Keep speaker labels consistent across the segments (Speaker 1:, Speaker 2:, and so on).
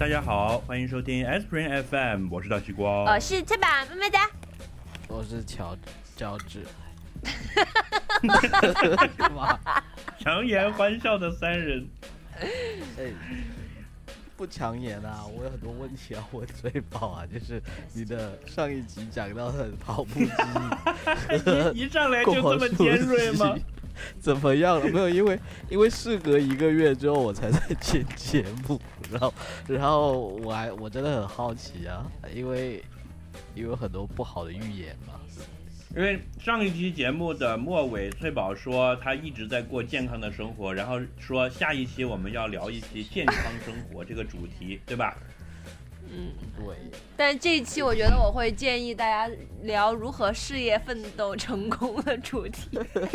Speaker 1: 大家好，欢迎收听 Spring FM， 我是大西瓜，
Speaker 2: 我是翅膀妹妹的，
Speaker 3: 我是乔治。
Speaker 1: 强颜欢笑的三人。
Speaker 3: 不强颜啊，我有很多问题要问追宝啊，就是你的上一集讲到的跑步机
Speaker 1: 一上来就这么尖锐吗？
Speaker 3: 怎么样了？没有，因为事隔1个月之后我才在剪节目，然后我真的很好奇啊，因为有很多不好的预言嘛。
Speaker 1: 因为上一期节目的末尾，翠宝说他一直在过健康的生活，然后说下一期我们要聊一期健康生活这个主题，对吧？
Speaker 3: 对。
Speaker 2: 但这一期我觉得我会建议大家聊如何事业奋斗成功的主题。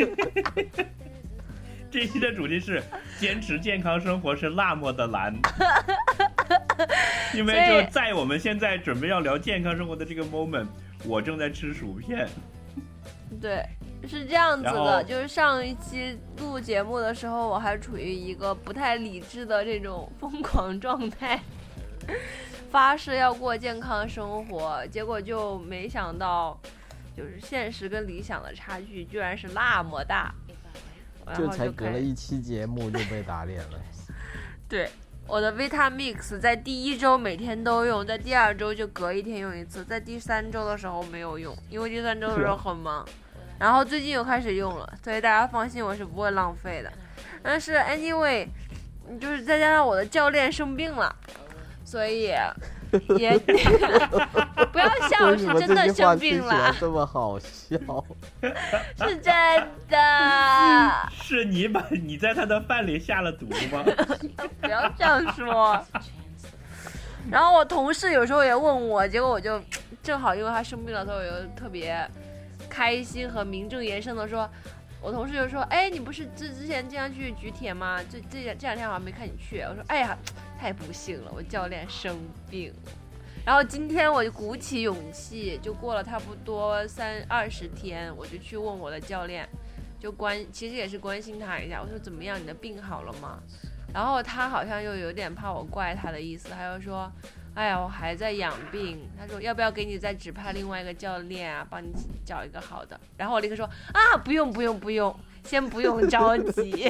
Speaker 1: 这一期的主题是坚持健康生活是那么的难。因为就在我们现在准备要聊健康生活的这个 moment， 我正在吃薯片。
Speaker 2: 对，是这样子的，就是上一期录节目的时候，我还处于一个不太理智的这种疯狂状态，发誓要过健康生活，结果就没想到，就是现实跟理想的差距居然是那么大，
Speaker 3: 就才隔了1期节目就被打脸了。
Speaker 2: 对。我的 Vitamix 在第1周每天都用，在第2周就隔1天用一次，在第3周的时候没有用，因为第3周的时候很忙。然后最近又开始用了，所以大家放心，我是不会浪费的。但是 anyway， 就是再加上我的教练生病了，所以也不要笑，是真的生病了。
Speaker 3: 这么好笑？
Speaker 2: 是真的。
Speaker 1: 是你在他的饭里下了毒吗？
Speaker 2: 不要这样说。然后我同事有时候也问我，结果我就正好因为他生病了，所以我就特别开心和名正言顺的说，我同事就说，哎，你不是之前经常去举铁吗？这2天好像没看你去。我说，哎呀，太不幸了，我教练生病。然后今天我就鼓起勇气，就过了差不多20天，我就去问我的教练，其实也是关心他一下。我说怎么样，你的病好了吗？然后他好像又有点怕我怪他的意思，他就说，哎呀，我还在养病。他说要不要给你再指派另外一个教练啊，帮你找一个好的。然后我立刻说啊，不用，先不用着急。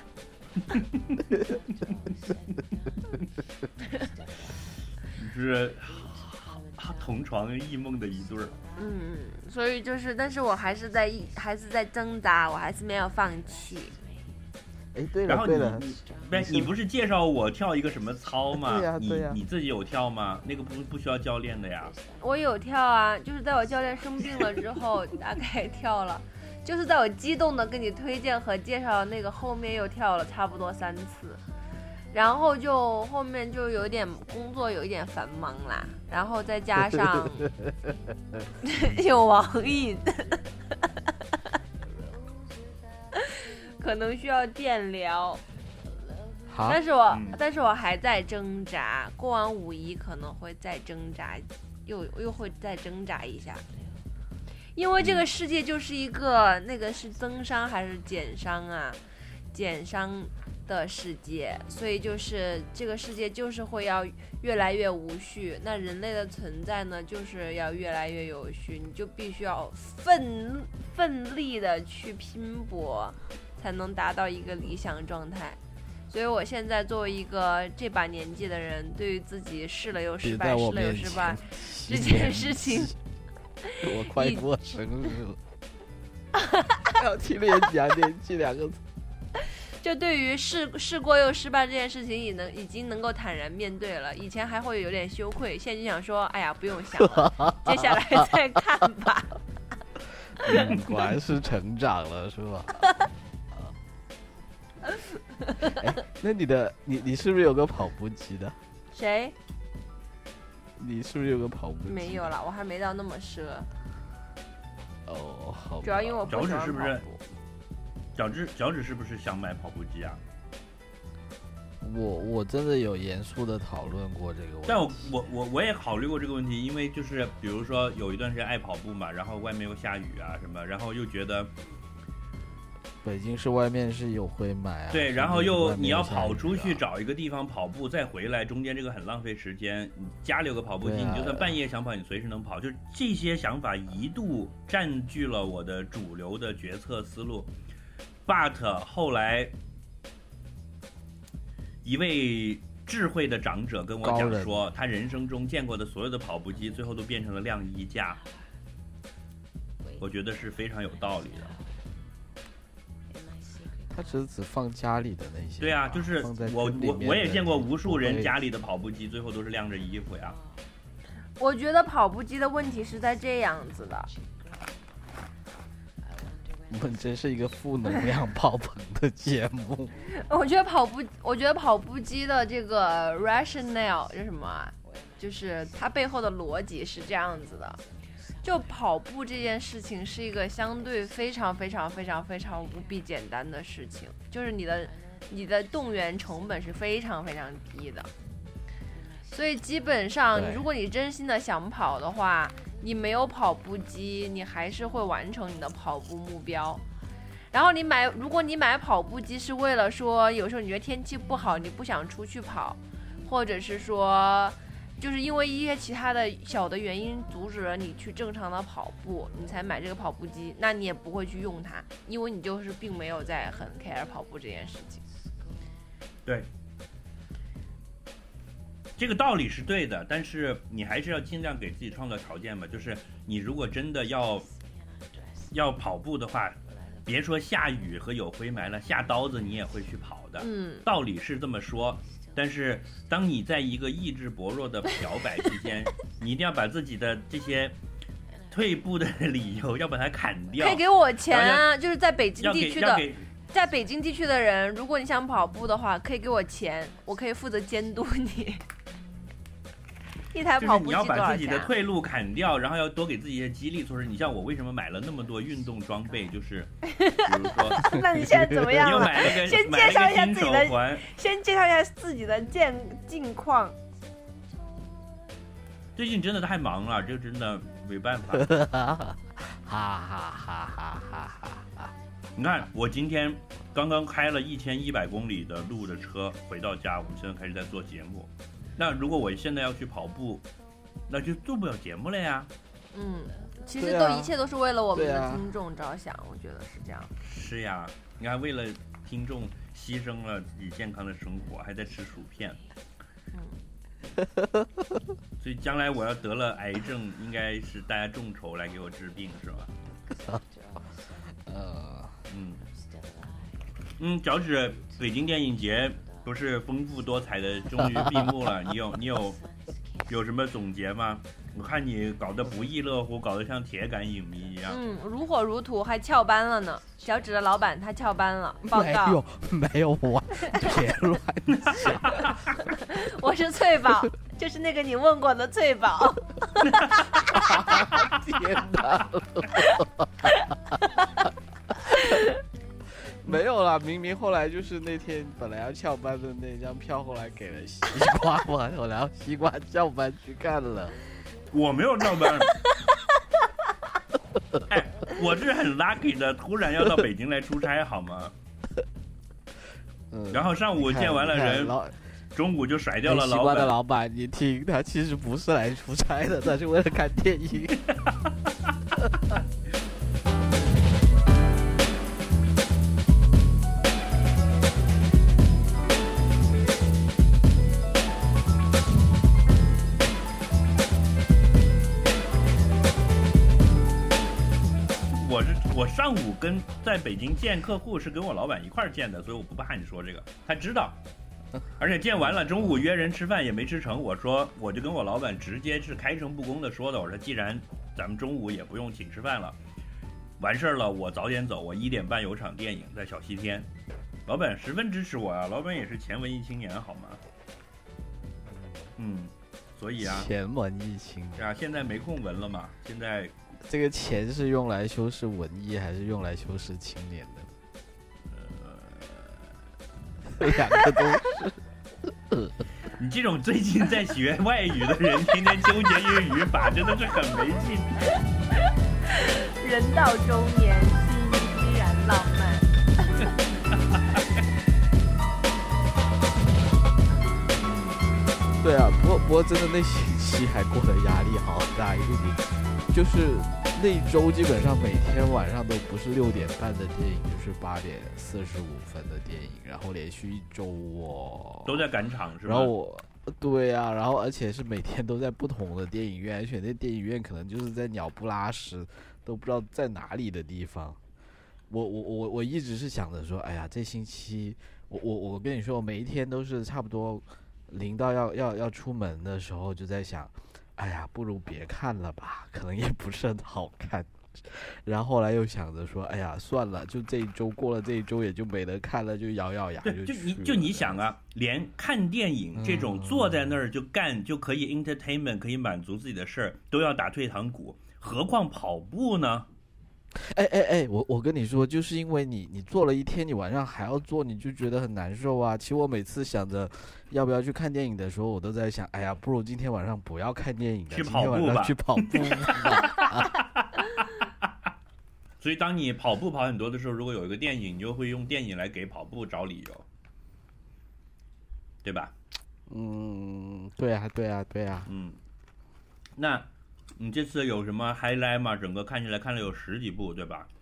Speaker 1: 是同床异梦的一对儿。
Speaker 2: 所以就是，但是我还是在挣扎，我还是没有放弃。
Speaker 3: 哎，对了，
Speaker 1: 然后你不是介绍我跳一个什么操吗？
Speaker 3: 对呀，
Speaker 1: 你自己有跳吗？那个不需要教练的呀。
Speaker 2: 我有跳啊，就是在我教练生病了之后，大概跳了，就是在我激动的跟你推荐和介绍的那个后面又跳了差不多3次。然后就后面就有点工作有一点繁忙啦，然后再加上有网瘾，可能需要电疗。但是我还在挣扎，过完5·1可能会再挣扎，又会再挣扎一下，因为这个世界就是一个那个是增伤还是减伤啊？减伤的世界，所以就是这个世界就是会要越来越无序，那人类的存在呢就是要越来越有序，你就必须要奋力的去拼搏，才能达到一个理想状态。所以我现在作为一个这把年纪的人，对于自己试了又失败这件事情，
Speaker 3: 我快过生日了。要提年纪2个字。
Speaker 2: 就对于试过又失败这件事情已经能够坦然面对了，以前还会有点羞愧，现在就想说，哎呀，不用想了，接下来再看吧。
Speaker 3: 果然是成长了，是吧？那你是不是有个跑步机的？
Speaker 2: 谁？
Speaker 3: 你是不是有个跑步机？
Speaker 2: 没有了，我还没到那么奢。
Speaker 3: 哦，好。
Speaker 2: 主要因为我不喜欢跑步。
Speaker 1: 脚趾是不是想买跑步机啊？
Speaker 3: 我真的有严肃的讨论过这个问题。
Speaker 1: 但我也考虑过这个问题，因为就是比如说有一段时间爱跑步嘛，然后外面又下雨啊什么，然后又觉得
Speaker 3: 北京市外面是有灰霾啊。
Speaker 1: 对，然后你要跑出去
Speaker 3: 啊
Speaker 1: 找一个地方跑步，再回来，中间这个很浪费时间。你家里有个跑步机，你就算半夜想跑，你随时能跑。就这些想法一度占据了我的主流的决策思路。But 后来一位智慧的长者跟我讲说，他人生中见过的所有的跑步机，最后都变成了晾衣架。我觉得是非常有道理的。
Speaker 3: 他只放家里的那些。
Speaker 1: 对啊，就是我也见过无数人家里的跑步机，最后都是晾着衣服呀。
Speaker 2: 我觉得跑步机的问题是在这样子的。
Speaker 3: 我们真是一个负能量爆棚的节目。
Speaker 2: 我觉得跑步机的这个 rationale 是什么啊？就是它背后的逻辑是这样子的。就跑步这件事情是一个相对非常非常非常非常无比简单的事情，就是你的动员成本是非常非常低的，所以基本上如果你真心的想跑的话，你没有跑步机，你还是会完成你的跑步目标。然后如果你买跑步机是为了说有时候你觉得天气不好你不想出去跑，或者是说就是因为一些其他的小的原因阻止了你去正常的跑步，你才买这个跑步机，那你也不会去用它，因为你就是并没有在很 care 跑步这件事情。
Speaker 1: 对，这个道理是对的，但是你还是要尽量给自己创造条件嘛。就是你如果真的要跑步的话，别说下雨和有灰霾了，下刀子你也会去跑的。道理是这么说。但是当你在一个意志薄弱的摇摆之间，你一定要把自己的这些退步的理由要把它砍掉。
Speaker 2: 可以给我钱啊，就是在北京地区的人，如果你想跑步的话，可以给我钱，我可以负责监督你。一台跑步机多少钱？
Speaker 1: 就是你要把自己的退路砍掉，然后要多给自己一些激励措施。你像我为什么买了那么多运动装备，就是比如说
Speaker 2: 那你现在怎么样了？先介绍一下自己的，先介绍一下自己的近况。
Speaker 1: 最近真的太忙了，这真的没办法。
Speaker 3: 哈哈哈哈！
Speaker 1: 你看，我今天刚刚开了1100公里的路的车回到家，我们现在开始在做节目。那如果我现在要去跑步，那就做不了节目了呀。
Speaker 2: 其实一切都是为了我们的听众着想，我觉得是这样。
Speaker 1: 是呀，你看为了听众牺牲了自己健康的生活，还在吃薯片。所以将来我要得了癌症，应该是大家众筹来给我治病，是吧？脚趾北京电影节不是丰富多彩的终于闭幕了，你有什么总结吗？我看你搞得不亦乐乎，搞得像铁杆影迷一样。
Speaker 2: 如火如荼，还翘班了呢。脚趾的老板他翘班了，报告。
Speaker 3: 没有我，别乱讲。
Speaker 2: 我是翠宝，就是那个你问过的翠宝。
Speaker 3: 天哪！没有啦，明明后来就是那天本来要翘班的那张票，后来给了西瓜嘛，后来西瓜翘班去看了。
Speaker 1: 我没有翘班。哎，我是很 lucky 的，突然要到北京来出差，好吗？然后上午见完了人，中午就甩掉了老板。西
Speaker 3: 瓜的老板，你听，他其实不是来出差的，他是为了看电影。
Speaker 1: 我上午在北京见客户是跟我老板一块儿见的，所以我不怕你说这个，他知道。而且见完了，中午约人吃饭也没吃成，我就跟我老板直接是开诚布公的说的，我说既然咱们中午也不用请吃饭了，完事儿了我早点走，我1点半有场电影在小西天。老板十分支持我啊，老板也是前文艺青年好吗？所以啊，
Speaker 3: 前文艺青年
Speaker 1: 啊，现在没空文了嘛，现在。
Speaker 3: 这个钱是用来修饰文艺还是用来修饰青年的？两个都是。
Speaker 1: 你这种最近在学外语的人，天天纠结于语法，真的是很没劲。
Speaker 2: 人到中年，心依然浪漫。
Speaker 3: 对啊，不过真的那星期还过得压力好大，因为你就是那一周基本上每天晚上都不是6点半的电影，就是8点45分的电影，然后连续一周
Speaker 1: 都在赶场是吧？
Speaker 3: 然后对啊，然后而且是每天都在不同的电影院，而且那电影院可能就是在鸟不拉屎都不知道在哪里的地方。我一直是想着说，哎呀，这星期我跟你说，我每一天都是差不多临到要出门的时候就在想，哎呀，不如别看了吧，可能也不是很好看。然后后来又想着说，哎呀，算了，就这一周过了，这一周也就没得看了，就咬咬牙
Speaker 1: 对，
Speaker 3: 就
Speaker 1: 你想啊，连看电影这种坐在那儿就干就可以 entertainment 可以满足自己的事儿都要打退堂鼓，何况跑步呢？
Speaker 3: 哎，我跟你说，就是因为你做了一天，你晚上还要做，你就觉得很难受啊。其实我每次想着要不要去看电影的时候，我都在想，哎呀，不如今天晚上不要看电影的，
Speaker 1: 去
Speaker 3: 今天晚上去跑步吧。
Speaker 1: 所以当你跑步跑很多的时候，如果有一个电影，你就会用电影来给跑步找理由，对吧？
Speaker 3: 对啊。
Speaker 1: 那你这次有什么 highlight 吗？整个看起来看了有10几部，对吧？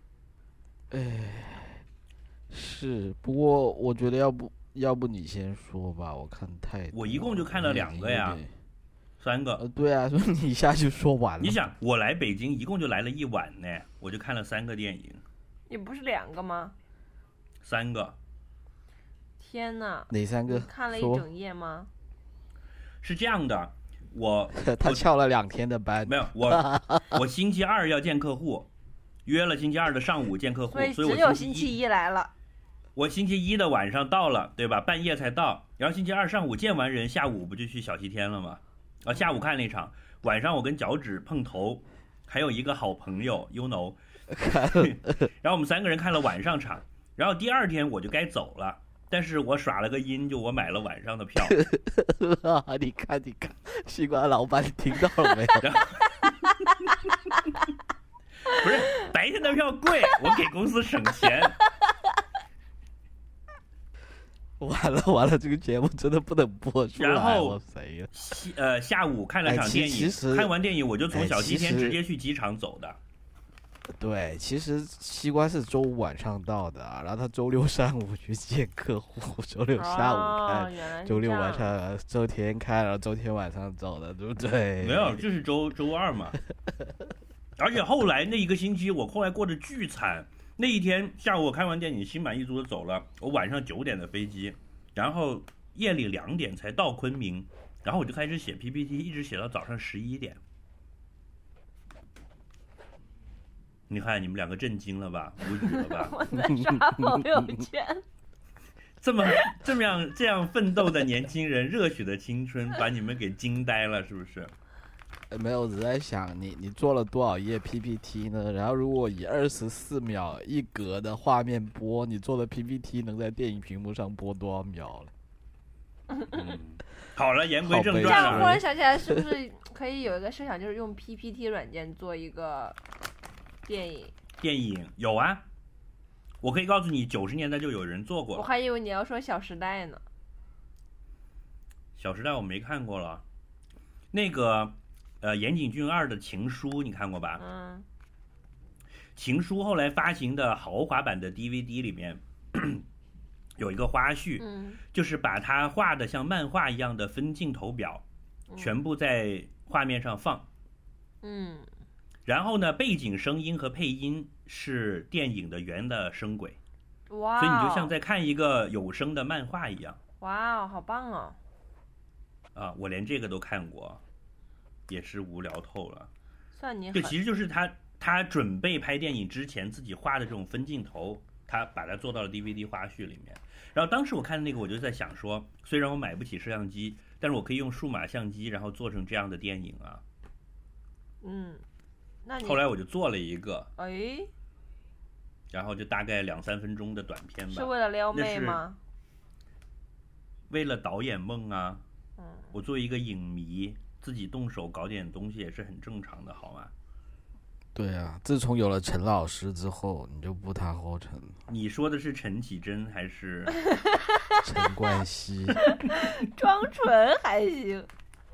Speaker 3: 是，不过我觉得要不你先说吧，我看太多。
Speaker 1: 我一共就看了2个呀，3个。
Speaker 3: 对啊，所以你一下就说完了。
Speaker 1: 你想，我来北京一共就来了一晚呢，我就看了3个电影。
Speaker 2: 你不是2个吗
Speaker 1: ？3个。
Speaker 2: 天哪！
Speaker 3: 哪3个？
Speaker 2: 看了一整夜吗？
Speaker 1: 是这样的，
Speaker 3: 他翘了2天的班。
Speaker 1: 没有，我星期2要见客户，约了星期2的上午见客户，所以
Speaker 2: 只有星期一来了。
Speaker 1: 我星期1的晚上到了，对吧？半夜才到，然后星期2上午见完人，下午不就去小西天了吗？下午看了一场，晚上我跟脚趾碰头，还有一个好朋友 you know， 然后我们3个人看了晚上场，然后第2天我就该走了。但是我耍了个阴，就我买了晚上的票。
Speaker 3: 你看，西瓜老板，你听到了没有？
Speaker 1: 不是白天的票贵，我给公司省钱。
Speaker 3: 完了，这个节目真的不能播出来。
Speaker 1: 然后下午看了场电影，看完电影我就从小西天直接去机场走的。
Speaker 3: 对，其实西瓜是周五晚上到的，然后他周六上午去见客户，周六下午看，周六晚上周天看，然后周天晚上走的，对不对？
Speaker 1: 没有，就是周2嘛。而且后来那一个星期，我后来过得巨惨。那一天下午我看完电影，心满意足的走了，我晚上9点的飞机，然后夜里2点才到昆明，然后我就开始写 PPT， 一直写到早上11点。你看你们2个震惊了吧，无语了吧？
Speaker 2: 我在刷朋友圈。
Speaker 1: 这样奋斗的年轻人，热血的青春，把你们给惊呆了，是不是？
Speaker 3: 没有，我只在想你做了多少页 PPT 呢？然后如果以24秒一格的画面播，你做的 PPT 能在电影屏幕上播多少秒了？
Speaker 1: 好了，言归正传了。
Speaker 2: 这样忽然想起来，是不是可以有一个设想，就是用 PPT 软件做一个电影？
Speaker 1: 电影有啊，我可以告诉你，90年代就有人做过。
Speaker 2: 我还以为你要说《小时代》呢。
Speaker 1: 《小时代》我没看过了，那个岩井俊二的《情书》你看过吧？情书》后来发行的豪华版的 DVD 里面有一个花絮，就是把它画的像漫画一样的分镜头表，全部在画面上放。然后呢，背景声音和配音是电影的原的声轨，
Speaker 2: 哇，
Speaker 1: 所以你就像在看一个有声的漫画一样。
Speaker 2: 哇，好棒哦！
Speaker 1: 我连这个都看过，也是无聊透了。
Speaker 2: 算你狠。
Speaker 1: 对，其实就是他准备拍电影之前自己画的这种分镜头，他把它做到了 DVD 花絮里面。然后当时我看那个，我就在想说，虽然我买不起摄像机，但是我可以用数码相机，然后做成这样的电影啊。
Speaker 2: 那你
Speaker 1: 后来我就做了一个，然后就大概2-3分钟的短片吧。
Speaker 2: 是为了撩妹吗？
Speaker 1: 为了导演梦啊。我作为一个影迷，自己动手搞点东西也是很正常的，好吗？
Speaker 3: 对啊，自从有了陈老师之后，你就步他后尘。
Speaker 1: 你说的是陈绮贞还是
Speaker 3: 陈冠希？
Speaker 2: 装纯还行。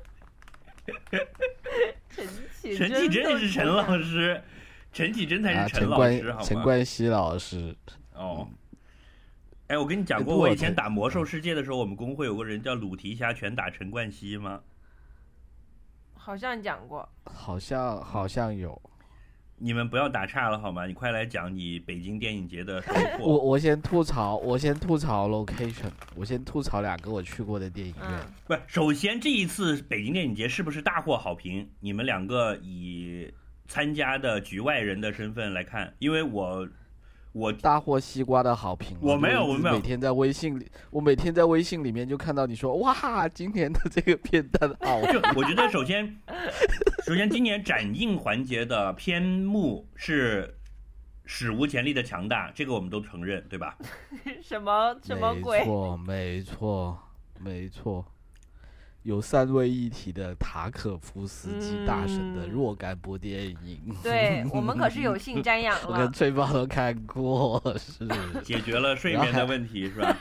Speaker 1: 陈绮贞是陈老师，陈绮贞才是陈老师，好吗？
Speaker 3: 陈冠希老师。
Speaker 1: 哦。哎，我跟你讲过，我以前打魔兽世界的时候，我们公会有个人叫鲁提辖拳打陈冠希吗？
Speaker 2: 好像讲过，
Speaker 3: 好像有。
Speaker 1: 你们不要打岔了好吗？你快来讲你北京电影节的收获。
Speaker 3: 我先吐槽 location， 我先吐槽2个我去过的电影院。
Speaker 1: 不是，首先这一次北京电影节是不是大获好评？你们2个以参加的局外人的身份来看，因为我
Speaker 3: 大获西瓜的好评。
Speaker 1: 我没有。
Speaker 3: 我每天在微信里面就看到你说，哇，今年的这个片单好。
Speaker 1: 我觉得首先今年展映环节的片目是史无前例的强大，这个我们都承认，对吧？
Speaker 2: 什么鬼？
Speaker 3: 没错。有3位一体的塔可夫斯基大神的若干部电影，
Speaker 2: 对我们可是有幸瞻仰了。
Speaker 3: 我跟翠宝都看过，是
Speaker 1: 解决了睡眠的问题，是吧？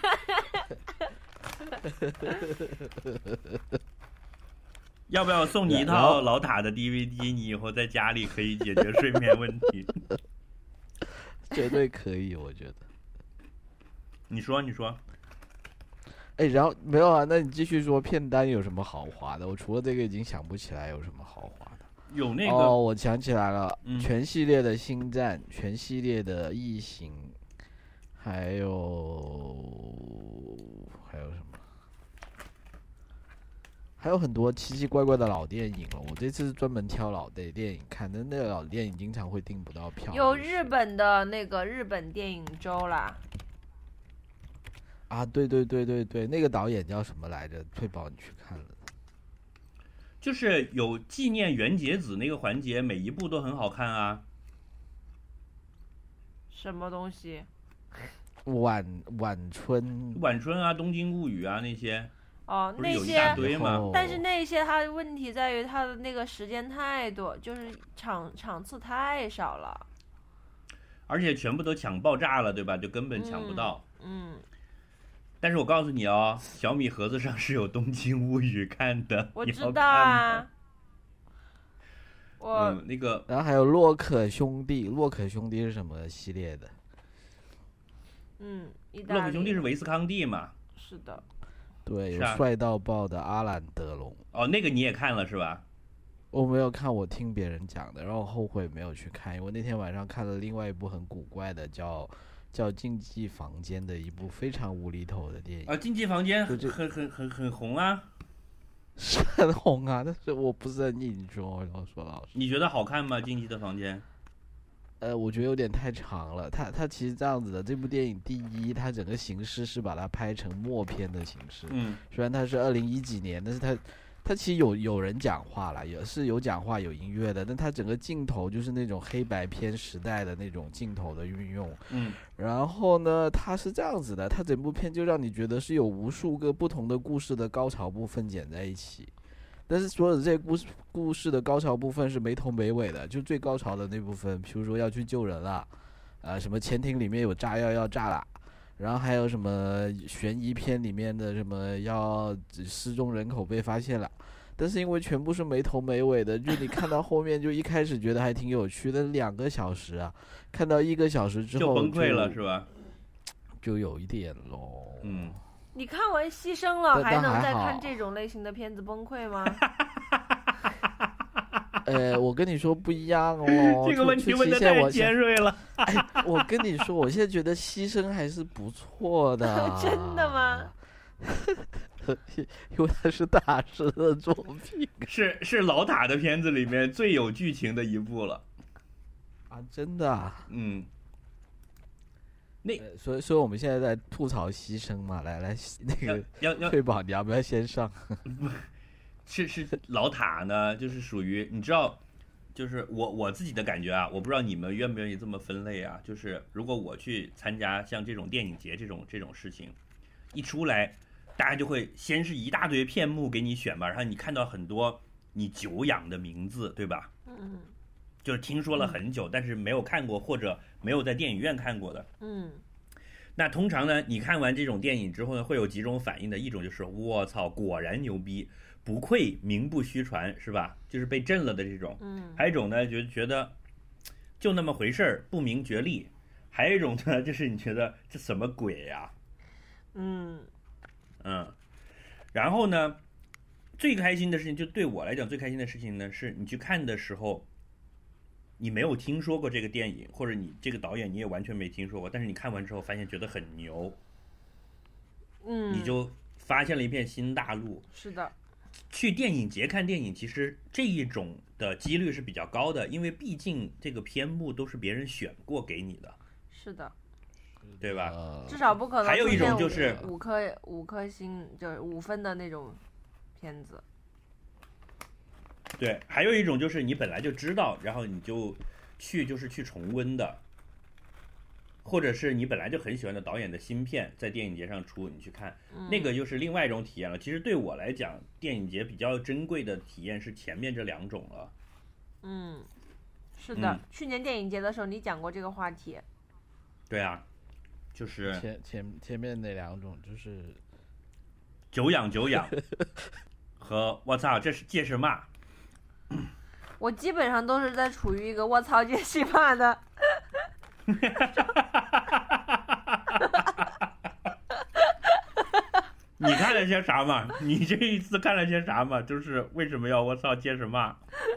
Speaker 1: 要不要送你一套老塔的 DVD？ 你以后在家里可以解决睡眠问题。
Speaker 3: 绝对可以，我觉得。
Speaker 1: 你说。
Speaker 3: 哎，然后没有啊？那你继续说片单有什么豪华的？我除了这个已经想不起来有什么豪华的。
Speaker 1: 有那个
Speaker 3: 哦，我想起来了，全系列的星战，全系列的异形，还有什么？还有很多奇奇怪怪的老电影了。我这次是专门挑老的电影看，但那个老电影经常会订不到票。
Speaker 2: 有日本的那个日本电影周啦。
Speaker 3: 啊，对，那个导演叫什么来着？翠宝，你去看了？
Speaker 1: 就是有纪念原节子那个环节，每一部都很好看啊。
Speaker 2: 什么东西？
Speaker 3: 晚春
Speaker 1: 啊，东京物语啊那些。
Speaker 2: 哦，
Speaker 1: 那些有一大堆吗？
Speaker 2: 但是那些它的问题在于它的那个时间太多，就是场次太少了，
Speaker 1: 而且全部都抢爆炸了，对吧？就根本抢不到。但是我告诉你哦，小米盒子上是有《东京物语》看的，
Speaker 2: 我知道啊。
Speaker 1: 那个，
Speaker 3: 然后还有洛可兄弟是什么系列的？
Speaker 1: 洛可兄弟是维斯康蒂嘛？
Speaker 2: 是的。
Speaker 3: 对，有帅到爆的阿兰德龙。
Speaker 1: 哦，那个你也看了是吧？
Speaker 3: 我没有看，我听别人讲的，然后后悔没有去看，因为那天晚上看了另外一部很古怪的叫《竞技房间》的一部非常无厘头的电影。
Speaker 1: 竞技房间很红啊，
Speaker 3: 是很红啊，但是我不是很硬说，老师。
Speaker 1: 你觉得好看吗？竞技的房间？
Speaker 3: 我觉得有点太长了。它其实这样子的，这部电影第一，它整个形式是把它拍成默片的形式。虽然它是2010几年，但是它其实有人讲话了，也是有讲话有音乐的，但它整个镜头就是那种黑白片时代的那种镜头的运用。然后呢，它是这样子的，它整部片就让你觉得是有无数个不同的故事的高潮部分剪在一起。但是所有的这些故事的高潮部分是没头没尾的，就最高潮的那部分，比如说要去救人了，什么潜艇里面有炸药要炸了，然后还有什么悬疑片里面的什么要失踪人口被发现了，但是因为全部是没头没尾的，就你看到后面就一开始觉得还挺有趣，但是2个小时啊，看到1个小时之后
Speaker 1: 就崩溃了是吧？
Speaker 3: 就有一点咯。
Speaker 2: 你看完牺牲了，还能再看这种类型的片子崩溃吗？
Speaker 3: 我跟你说不一样哦。
Speaker 1: 这个问题问得太尖锐了。
Speaker 3: 我跟你说，我现在觉得牺牲还是不错的。
Speaker 2: 真的吗？
Speaker 3: 因为它是大师的作品，
Speaker 1: 是老塔的片子里面最有剧情的一部了。
Speaker 3: 啊，真的啊？所以我们现在在吐槽牺牲嘛，来那个翠宝，你要不要先上？
Speaker 1: 是老塔呢，就是属于你知道，就是我自己的感觉啊，我不知道你们愿不愿意这么分类啊。就是如果我去参加像这种电影节这种事情，一出来，大家就会先是一大堆片目给你选吧，然后你看到很多你久仰的名字，对吧？ 就听说了很久，但是没有看过或者没有在电影院看过的。那通常呢，你看完这种电影之后呢，会有几种反应的，一种就是我操，果然牛逼，不愧名不虚传，是吧？就是被震了的这种。还有一种呢，就觉得就那么回事儿，不明觉厉。还有一种呢，就是你觉得这什么鬼呀？然后呢，最开心的事情，就对我来讲最开心的事情呢，是你去看的时候，你没有听说过这个电影，或者你这个导演你也完全没听说过，但是你看完之后发现觉得很牛，你就发现了一片新大陆。
Speaker 2: 是的，
Speaker 1: 去电影节看电影，其实这一种的几率是比较高的，因为毕竟这个片目都是别人选过给你的。
Speaker 2: 是的，
Speaker 1: 对吧？
Speaker 2: 至少不可能。
Speaker 1: 还有一种就是
Speaker 2: 五颗星，就是5分的那种片子。
Speaker 1: 对，还有一种就是你本来就知道，然后你就就是去重温的，或者是你本来就很喜欢的导演的新片在电影节上出，你去看，那个就是另外一种体验了。其实对我来讲，电影节比较珍贵的体验是前面这2种了。
Speaker 2: 是的，去年电影节的时候你讲过这个话题。
Speaker 1: 对啊，就是
Speaker 3: 前面那2种就是
Speaker 1: 久仰和我操这是嘛。
Speaker 2: 我基本上都是在处于一个我操这是嘛的
Speaker 1: 你看了些啥嘛？你这一次看了些啥嘛？就是为什么要我操接什么？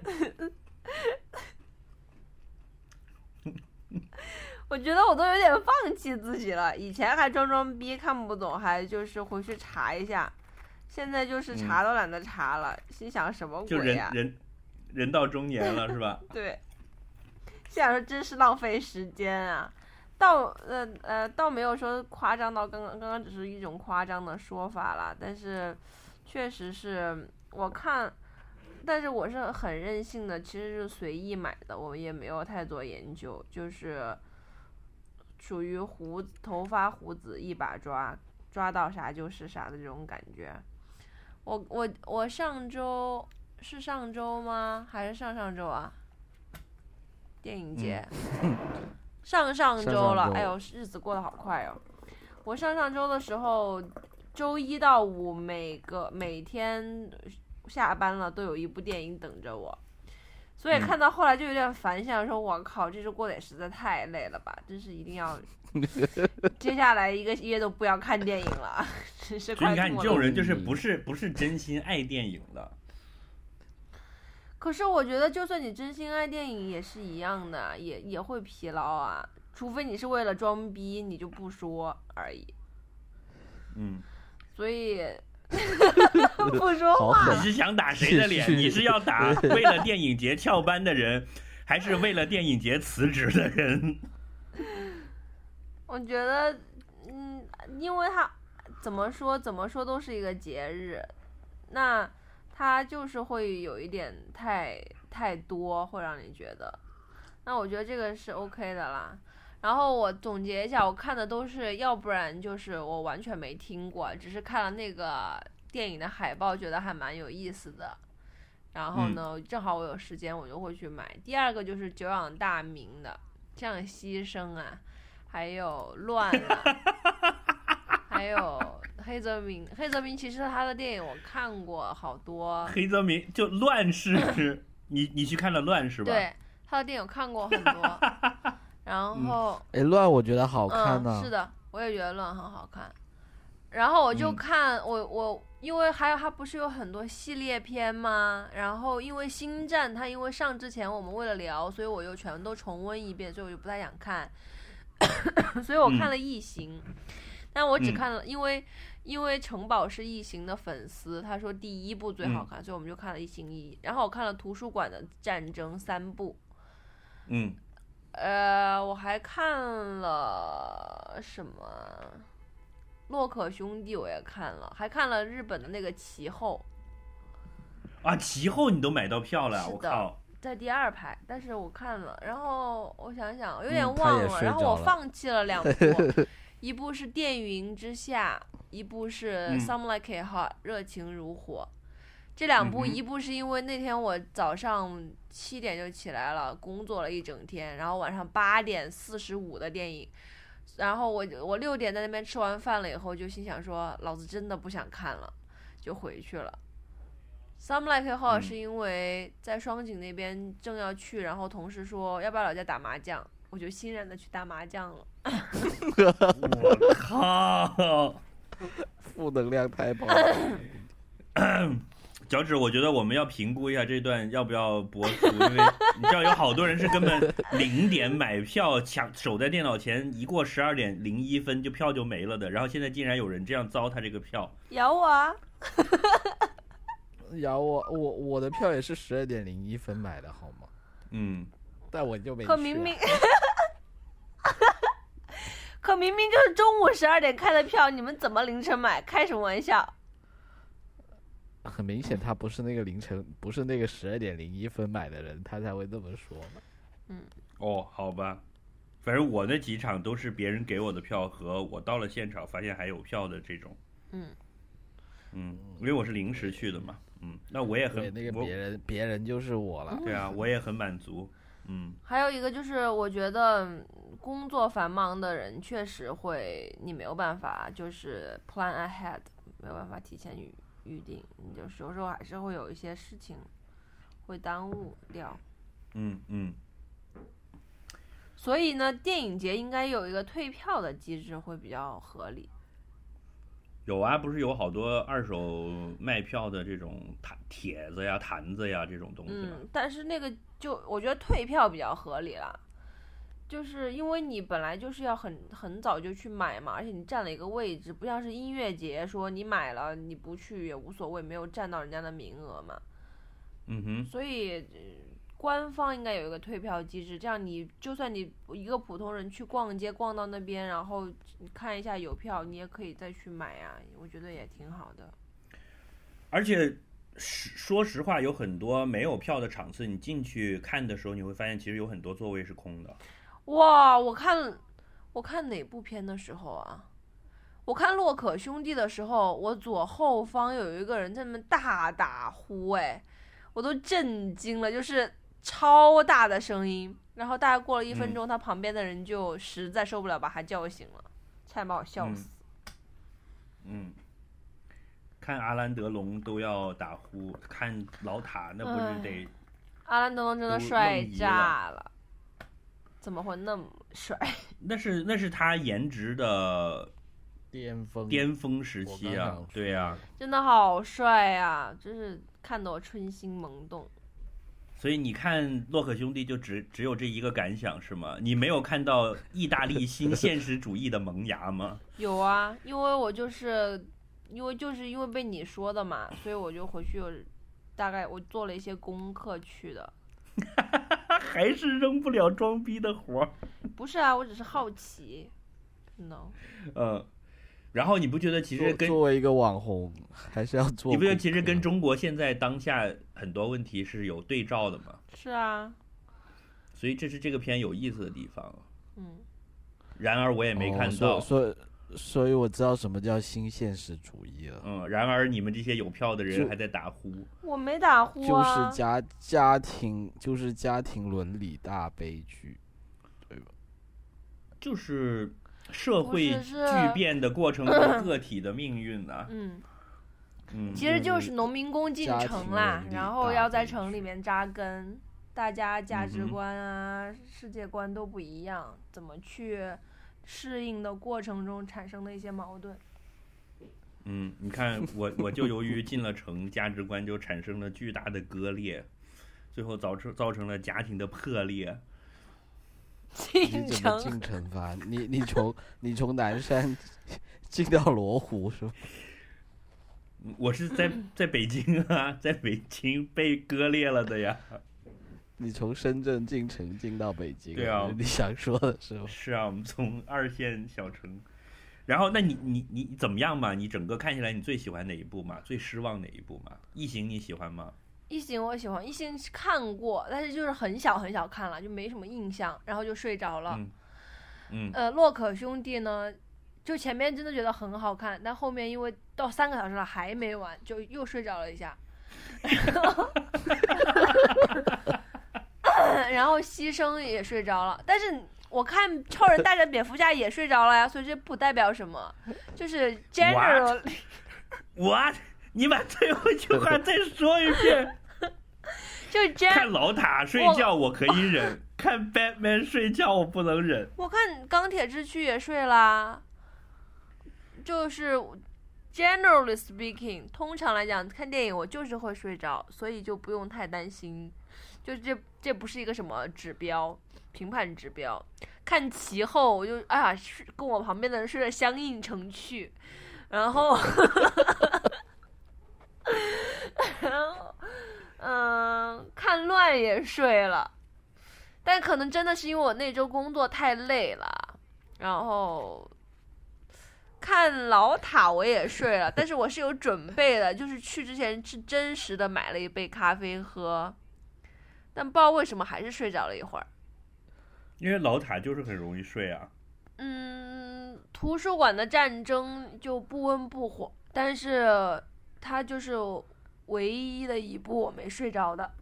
Speaker 2: 我觉得我都有点放弃自己了。以前还装逼看不懂，还就是回去查一下，现在就是查都懒得查了，心想什么鬼呀？
Speaker 1: 就人到中年了是吧？
Speaker 2: 对，心想说真是浪费时间啊。倒没有说夸张到刚刚只是一种夸张的说法了，但是确实是我看，但是我是很任性的，其实是随意买的，我也没有太做研究，就是属于头发胡子一把抓到啥就是啥的这种感觉。我上周是上周吗？还是上周啊？电影节。上周了，哎呦，日子过得好快哦！我上周的时候，周1到5每天下班了都有一部电影等着我，所以看到后来就有点烦，想说我靠，这周过得也实在太累了吧，真是一定要接下来1个月都不要看电影了，真是快。
Speaker 1: 所以你看，你这种人就是不是真心爱电影的。
Speaker 2: 可是我觉得，就算你真心爱电影，也是一样的，也会疲劳啊。除非你是为了装逼，你就不说而已。所以不说话。
Speaker 1: 你是想打谁的脸？你是要打为了电影节翘班的人，还是为了电影节辞职的人？
Speaker 2: 我觉得，因为它怎么说都是一个节日，那。它就是会有一点太多，会让你觉得，那我觉得这个是 OK 的啦。然后我总结一下，我看的都是，要不然就是我完全没听过，只是看了那个电影的海报，觉得还蛮有意思的。然后呢，正好我有时间，我就会去买。第二个就是久仰大名的，像牺牲啊，还有乱啊，还有。黑泽明其实他的电影我看过好多。黑
Speaker 1: 泽明就乱世，你去看了乱是吧？
Speaker 2: 对，他的电影我看过很多。然后
Speaker 3: 乱我觉得好看呢。
Speaker 2: 是的，我也觉得乱很好看。然后我就看我因为还有他不是有很多系列片吗？然后因为星战他因为上之前我们为了聊，所以我又全都重温一遍，所以我就不太想看。所以我看了异形。但我只看了，因为城堡是异形的粉丝，他说第1部最好看，所以我们就看了异形1。然后我看了图书馆的战争3部。我还看了什么？洛可兄弟我也看了，还看了日本的那个其后。
Speaker 1: 啊，其后你都买到票了，我靠！
Speaker 2: 在第2排，但是我看了，然后我想想有点忘了，然后我放弃了2部。一部是《电云之下》，一部是《Some Like It Hot》热情如火。 这两部，一部是因为那天我早上7点就起来了，工作了一整天，然后晚上8点45的电影，然后我6点在那边吃完饭了以后，就心想说，老子真的不想看了，就回去了。Some Like It Hot 是因为在双井那边正要去，然后同事说要不要老家打麻将，我就欣然的去打麻将了。
Speaker 1: 我靠！
Speaker 3: 负能量太爆了。
Speaker 1: 脚趾，我觉得我们要评估一下这段要不要播出，因为你知道有好多人是根本0点买票，守在电脑前，一过12点01分就票就没了的，然后现在竟然有人这样糟蹋这个票，
Speaker 2: 咬我啊！
Speaker 3: 咬我的票也是12点01分买的好吗？但我就没去、
Speaker 2: 可明明可明明就是中午12点开的票，你们怎么凌晨买？开什么玩笑？
Speaker 3: 很明显，他不是那个凌晨，不是那个12点01分买的人，他才会这么说嘛。
Speaker 1: 哦，好吧，反正我那几场都是别人给我的票和我到了现场发现还有票的这种。因为我是临时去的嘛。那我也很
Speaker 3: 对那个别人就是我了。
Speaker 1: 对啊，我也很满足。
Speaker 2: 还有一个就是我觉得工作繁忙的人确实会，你没有办法就是 plan ahead， 没有办法提前预定，你就是有时候还是会有一些事情会耽误掉。所以呢，电影节应该有一个退票的机制会比较合理。
Speaker 1: 有啊，不是有好多二手卖票的这种帖子呀、坛子呀这种东西吗？
Speaker 2: 但是那个就我觉得退票比较合理啦，就是因为你本来就是要很早就去买嘛，而且你占了一个位置，不像是音乐节说你买了你不去也无所谓，没有占到人家的名额嘛。所以官方应该有一个退票机制，这样你就算你一个普通人去逛街逛到那边，然后你看一下有票，你也可以再去买啊，我觉得也挺好的。
Speaker 1: 而且说实话，有很多没有票的场次，你进去看的时候，你会发现其实有很多座位是空的。
Speaker 2: 哇，我看哪部片的时候啊？我看洛可兄弟的时候，我左后方有一个人在那边大打呼，我都震惊了，就是超大的声音，然后大概过了1分钟，他旁边的人就实在受不了，把他叫醒了，差点把我笑死。
Speaker 1: 看阿兰德龙都要打呼，看老塔那不是得？
Speaker 2: 阿兰德龙真的帅炸了，怎么会那么帅？
Speaker 1: 那是他颜值的
Speaker 3: 巅峰
Speaker 1: 时期啊，对啊，
Speaker 2: 真的好帅啊，真是看得我春心萌动。
Speaker 1: 所以你看洛克兄弟就只有这一个感想是吗？你没有看到意大利新现实主义的萌芽吗？
Speaker 2: 有啊，因为被你说的嘛，所以我就回去大概我做了一些功课去的。
Speaker 1: 还是扔不了装逼的活。
Speaker 2: 不是啊，我只是好奇。
Speaker 1: 然后你不觉得其实
Speaker 3: 作为一个网红还是要做？
Speaker 1: 你不觉得其实跟中国现在当下很多问题是有对照的吗？
Speaker 2: 是啊。
Speaker 1: 所以这是这个片有意思的地方。然而我也没看到。
Speaker 3: 所以我知道什么叫新现实主义了。
Speaker 1: 然而你们这些有票的人还在打呼。
Speaker 2: 我没打呼
Speaker 3: 啊。就是家庭伦理大悲剧，对吧？
Speaker 1: 就是社会巨变的过程中个体的命运啊。
Speaker 2: 其实就是农民工进城啦，然后要在城里面扎根，大家价值观啊、世界观都不一样，怎么去适应的过程中产生的一些矛盾。
Speaker 1: 你看我就由于进了城，价值观就产生了巨大的割裂，最后造成了家庭的破裂。
Speaker 3: 你怎么进城法？你从南山进到罗湖是吗？
Speaker 1: 我是在北京啊，在北京被割裂了的呀。
Speaker 3: 你从深圳进城进到北京，
Speaker 1: 对啊，
Speaker 3: 你想说的是吗？
Speaker 1: 是啊，我们从2线小城。然后，那你怎么样嘛？你整个看下来，你最喜欢哪一部嘛？最失望哪一部嘛？异形你喜欢吗？
Speaker 2: 异形我喜欢，异形看过，但是就是很小很小看了，就没什么印象，然后就睡着了。洛可兄弟呢，就前面真的觉得很好看，但后面因为到3个小时了还没完，就又睡着了一下。 然后牺牲也睡着了，但是我看超人大战蝙蝠侠也睡着了呀，所以这不代表什么，就是 general。
Speaker 1: What？ 你把最后一句话再说一遍。
Speaker 2: 就是
Speaker 1: 看老塔睡觉我可以忍，看 Batman 睡觉我不能忍。
Speaker 2: 我看钢铁之躯也睡啦，就是 generally speaking， 通常来讲看电影我就是会睡着，所以就不用太担心。就这不是一个什么指标，评判指标。看其后我就跟我旁边的人睡得相映成趣，然后看乱也睡了，但可能真的是因为我那周工作太累了，然后看老塔我也睡了，但是我是有准备的，就是去之前是真实的买了一杯咖啡喝，但不知道为什么还是睡着了一会儿。
Speaker 1: 因为老塔就是很容易睡啊。
Speaker 2: 图书馆的战争就不温不火，但是它就是唯一的一部我没睡着的。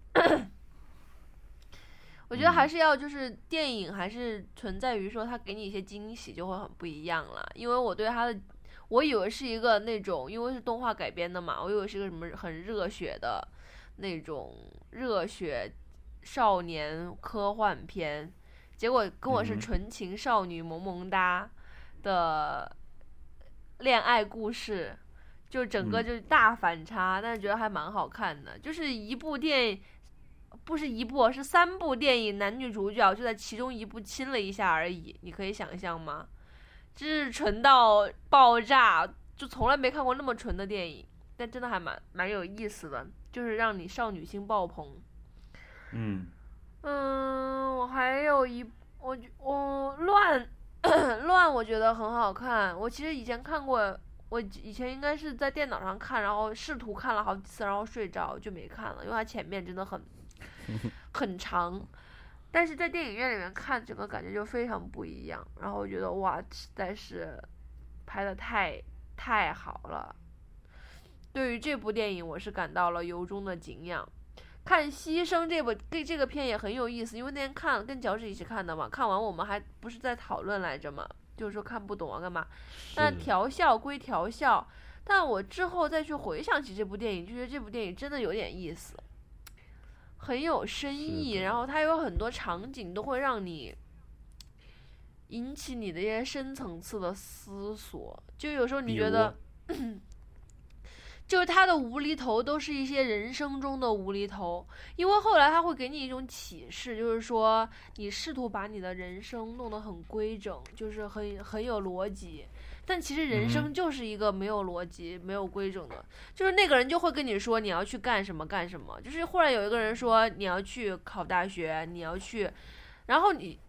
Speaker 2: 我觉得还是要就是电影还是存在于说它给你一些惊喜就会很不一样了，因为我对它的我以为是一个那种因为是动画改编的嘛，我以为是一个什么很热血的那种热血少年科幻片，结果跟我是纯情少女萌萌哒的恋爱故事，就整个就是大反差，但是觉得还蛮好看的。就是一部电影，不是一部，是3部电影，男女主角就在其中一部亲了一下而已，你可以想象吗？这是纯到爆炸，就从来没看过那么纯的电影，但真的还蛮有意思的，就是让你少女心爆棚。我还有我乱我觉得很好看。我其实以前看过，我以前应该是在电脑上看，然后试图看了好几次，然后睡着就没看了，因为它前面真的很长。但是在电影院里面看，整个感觉就非常不一样。然后我觉得哇，实在是拍得太好了。对于这部电影，我是感到了由衷的敬仰。看《牺牲》这个片也很有意思，因为那天跟脚趾一起看的嘛，看完我们还不是在讨论来着嘛，就是说看不懂啊干嘛。但调笑归调笑，但我之后再去回想起这部电影，就觉得这部电影真的有点意思，很有深意，然后它有很多场景都会让你引起你的一些深层次的思索，就有时候你觉得就是他的无厘头都是一些人生中的无厘头，因为后来他会给你一种启示，就是说你试图把你的人生弄得很规整，就是很有逻辑，但其实人生就是一个没有逻辑、没有规整的。就是那个人就会跟你说你要去干什么干什么，就是忽然有一个人说你要去考大学，你要去，然后你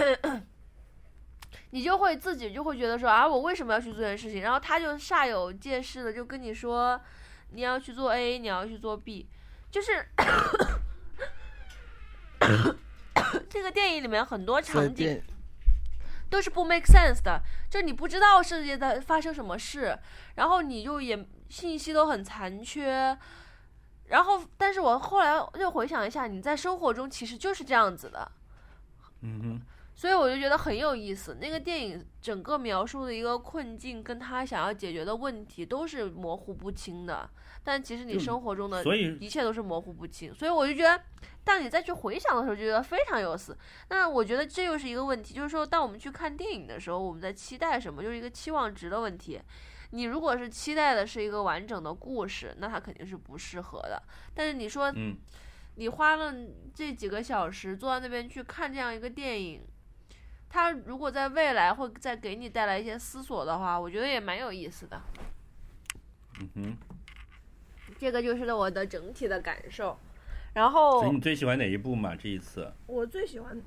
Speaker 2: 就会自己就会觉得说啊，我为什么要去做这件事情？然后他就煞有介事的就跟你说，你要去做 A， 你要去做 B， 就是这个电影里面很多场景都是不 make sense 的，就你不知道世界在发生什么事，然后你就也信息都很残缺。然后，但是我后来又回想一下，你在生活中其实就是这样子的。所以我就觉得很有意思，那个电影整个描述的一个困境跟他想要解决的问题都是模糊不清的，但其实你生活中的一切都是模糊不清，所以我就觉得当你再去回想的时候就觉得非常有意思。那我觉得这又是一个问题，就是说当我们去看电影的时候，我们在期待什么，就是一个期望值的问题。你如果是期待的是一个完整的故事，那它肯定是不适合的。但是你说你花了这几个小时坐在那边去看这样一个电影，他如果在未来会再给你带来一些思索的话，我觉得也蛮有意思的。这个就是我的整体的感受。然后，
Speaker 1: 所以你最喜欢哪一部嘛？这一次
Speaker 2: 我最喜欢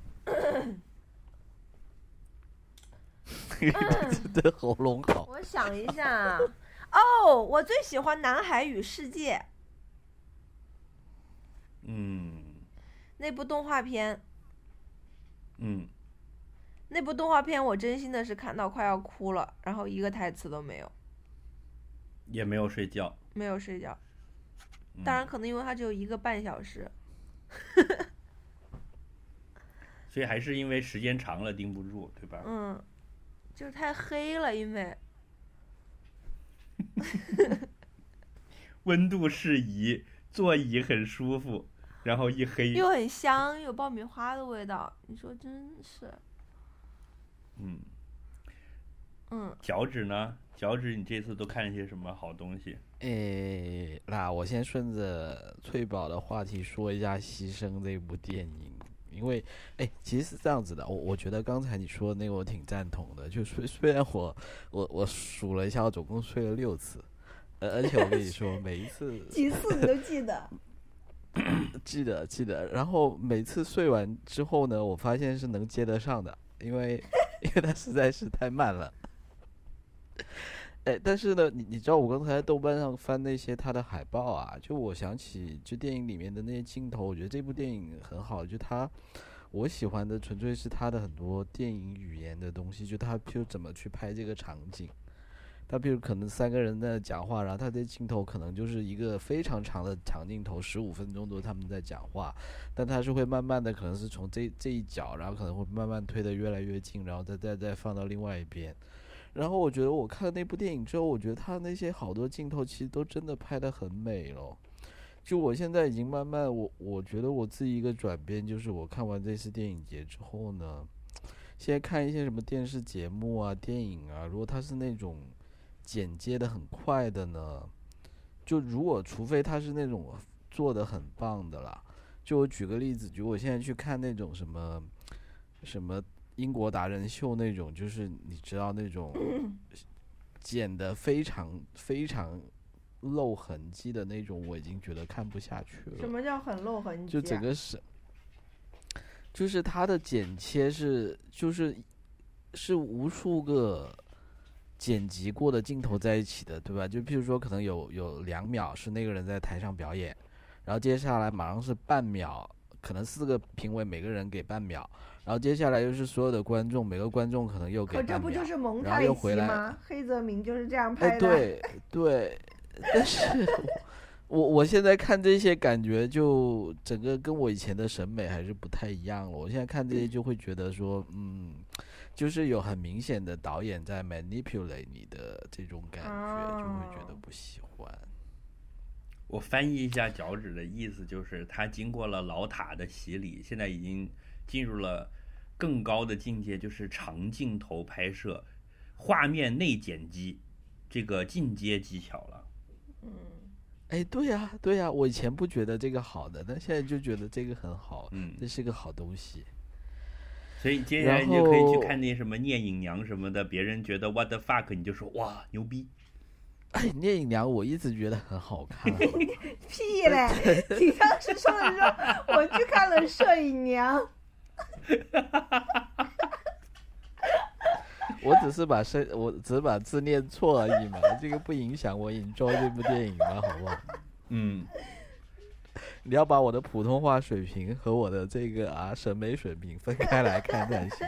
Speaker 3: 的喉咙好。
Speaker 2: 我想一下，哦，我最喜欢《南海与世界》。那部动画片。那部动画片我真心的是看到快要哭了，然后一个台词都没有，
Speaker 1: 也没有睡觉，
Speaker 2: 没有睡觉。 当然可能因为它只有1个半小时。
Speaker 1: 所以还是因为时间长了盯不住，对吧？
Speaker 2: 就是太黑了，因为
Speaker 1: 温度适宜，座椅很舒服，然后一黑
Speaker 2: 又很香，有爆米花的味道，你说真是。
Speaker 1: 脚趾呢？脚趾，你这次都看了些什么好东西？
Speaker 3: 那我先顺着翠宝的话题说一下《牺牲》这部电影，因为其实是这样子的，我觉得刚才你说的那个我挺赞同的，就虽然我数了一下，我总共睡了6次，而且我跟你说每一次
Speaker 2: 几次你都记得。
Speaker 3: 记得，然后每次睡完之后呢，我发现是能接得上的，因为它实在是太慢了。但是呢，你知道我刚才在豆瓣上翻那些它的海报啊，就我想起就电影里面的那些镜头，我觉得这部电影很好，就我喜欢的纯粹是它的很多电影语言的东西，就它譬如怎么去拍这个场景，它譬如可能3个人在讲话，然后它这镜头可能就是一个非常长的长镜头，15分钟都他们在讲话，但它是会慢慢的可能是从这一角，然后可能会慢慢推得越来越近，然后再放到另外一边。然后我觉得我看了那部电影之后，我觉得他那些好多镜头其实都真的拍得很美了。就我现在已经慢慢，我觉得我自己一个转变，就是我看完这次电影节之后呢，现在看一些什么电视节目啊、电影啊，如果它是那种剪接的很快的呢，就除非它是那种做的很棒的啦。就我举个例子，就我现在去看那种什么英国达人秀那种，就是你知道那种剪得非常非常露痕迹的那种，我已经觉得看不下去了。
Speaker 2: 什么叫很露痕迹？
Speaker 3: 就整个就是它的剪切是无数个剪辑过的镜头在一起的，对吧？就譬如说可能有2秒是那个人在台上表演，然后接下来马上是半秒，可能4个评委每个人给半秒，然后接下来又是所有的观众，每个观众可能又给半秒，
Speaker 2: 可这不就是蒙
Speaker 3: 然后
Speaker 2: 太奇
Speaker 3: 又回来
Speaker 2: 吗？黑泽明就是这样拍的。
Speaker 3: 对，但是我现在看这些感觉就整个跟我以前的审美还是不太一样了。我现在看这些就会觉得说，就是有很明显的导演在 manipulate 你的这种感觉，就会觉得不喜欢。
Speaker 1: 我翻译一下脚趾的意思，就是他经过了老塔的洗礼，现在已经进入了更高的境界，就是长镜头拍摄、画面内剪辑这个进阶技巧了。
Speaker 3: 对呀，我以前不觉得这个好的，但现在就觉得这个很好，这是个好东西。
Speaker 1: 所以接下来你就可以去看那什么聂隐娘什么的，别人觉得 what the fuck， 你就说哇牛逼。
Speaker 3: 聂隐娘我一直觉得很好看。
Speaker 2: 屁嘞！你当时说的时候，我去看了《摄影娘》。
Speaker 3: 我只是把字念错而已嘛，这个不影响我enjoy这部电影嘛，好不好？你要把我的普通话水平和我的这个审美水平分开来看才行。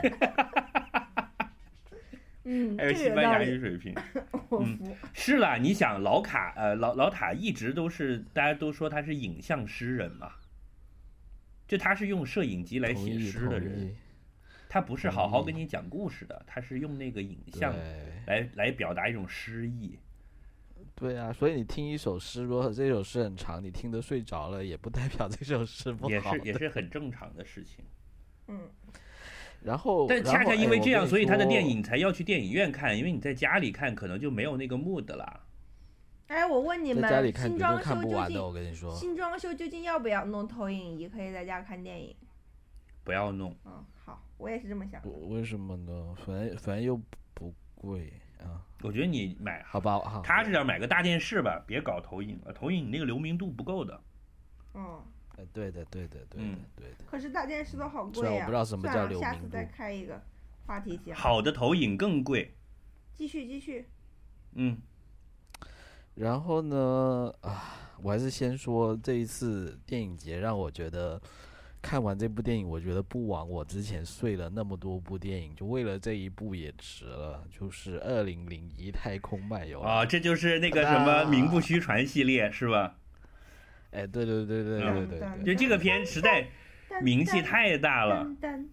Speaker 1: 还有西班牙语水平。是啦，你想老塔一直都是大家都说他是影像诗人嘛，就他是用摄影机来写诗的人。他不是好好跟你讲故事的，他是用那个影像来表达一种诗意。
Speaker 3: 对啊，所以你听一首诗，如果这首诗很长，你听得睡着了，也不代表这首诗不好，
Speaker 1: 也是很正常的事情。
Speaker 3: 但
Speaker 1: 恰恰因为这样，所以他的电影才要去电影院看，因为你在家里看可能就没有那个 mood 了。
Speaker 2: 我问你们，
Speaker 3: 在家里看绝对看不完的，我跟你说，
Speaker 2: 新装修究竟要不要弄投影仪，可以在家看电影？
Speaker 1: 不要弄。
Speaker 2: 好，我也是这么想的。
Speaker 3: 为什么呢？反正又不贵啊。
Speaker 1: 我觉得你买
Speaker 3: 好吧，
Speaker 1: 踏实点买个大电视吧，别搞投影了，投影你那个流明度不够的。
Speaker 3: 对的。
Speaker 2: 可是大电视都好贵啊！
Speaker 3: 我不知道什么叫流明度。
Speaker 2: 下次再开一个话题节目。
Speaker 1: 好的投影更贵。
Speaker 2: 继续。
Speaker 3: 然后呢，我还是先说这一次电影节让我觉得看完这部电影，我觉得不枉我之前睡了那么多部电影，就为了这一部也值了。就是2001太空漫游
Speaker 1: 这就是那个什么名不虚传系列是吧？
Speaker 3: 哎，对对对对对对对，
Speaker 1: 就这个片实在名气太大了。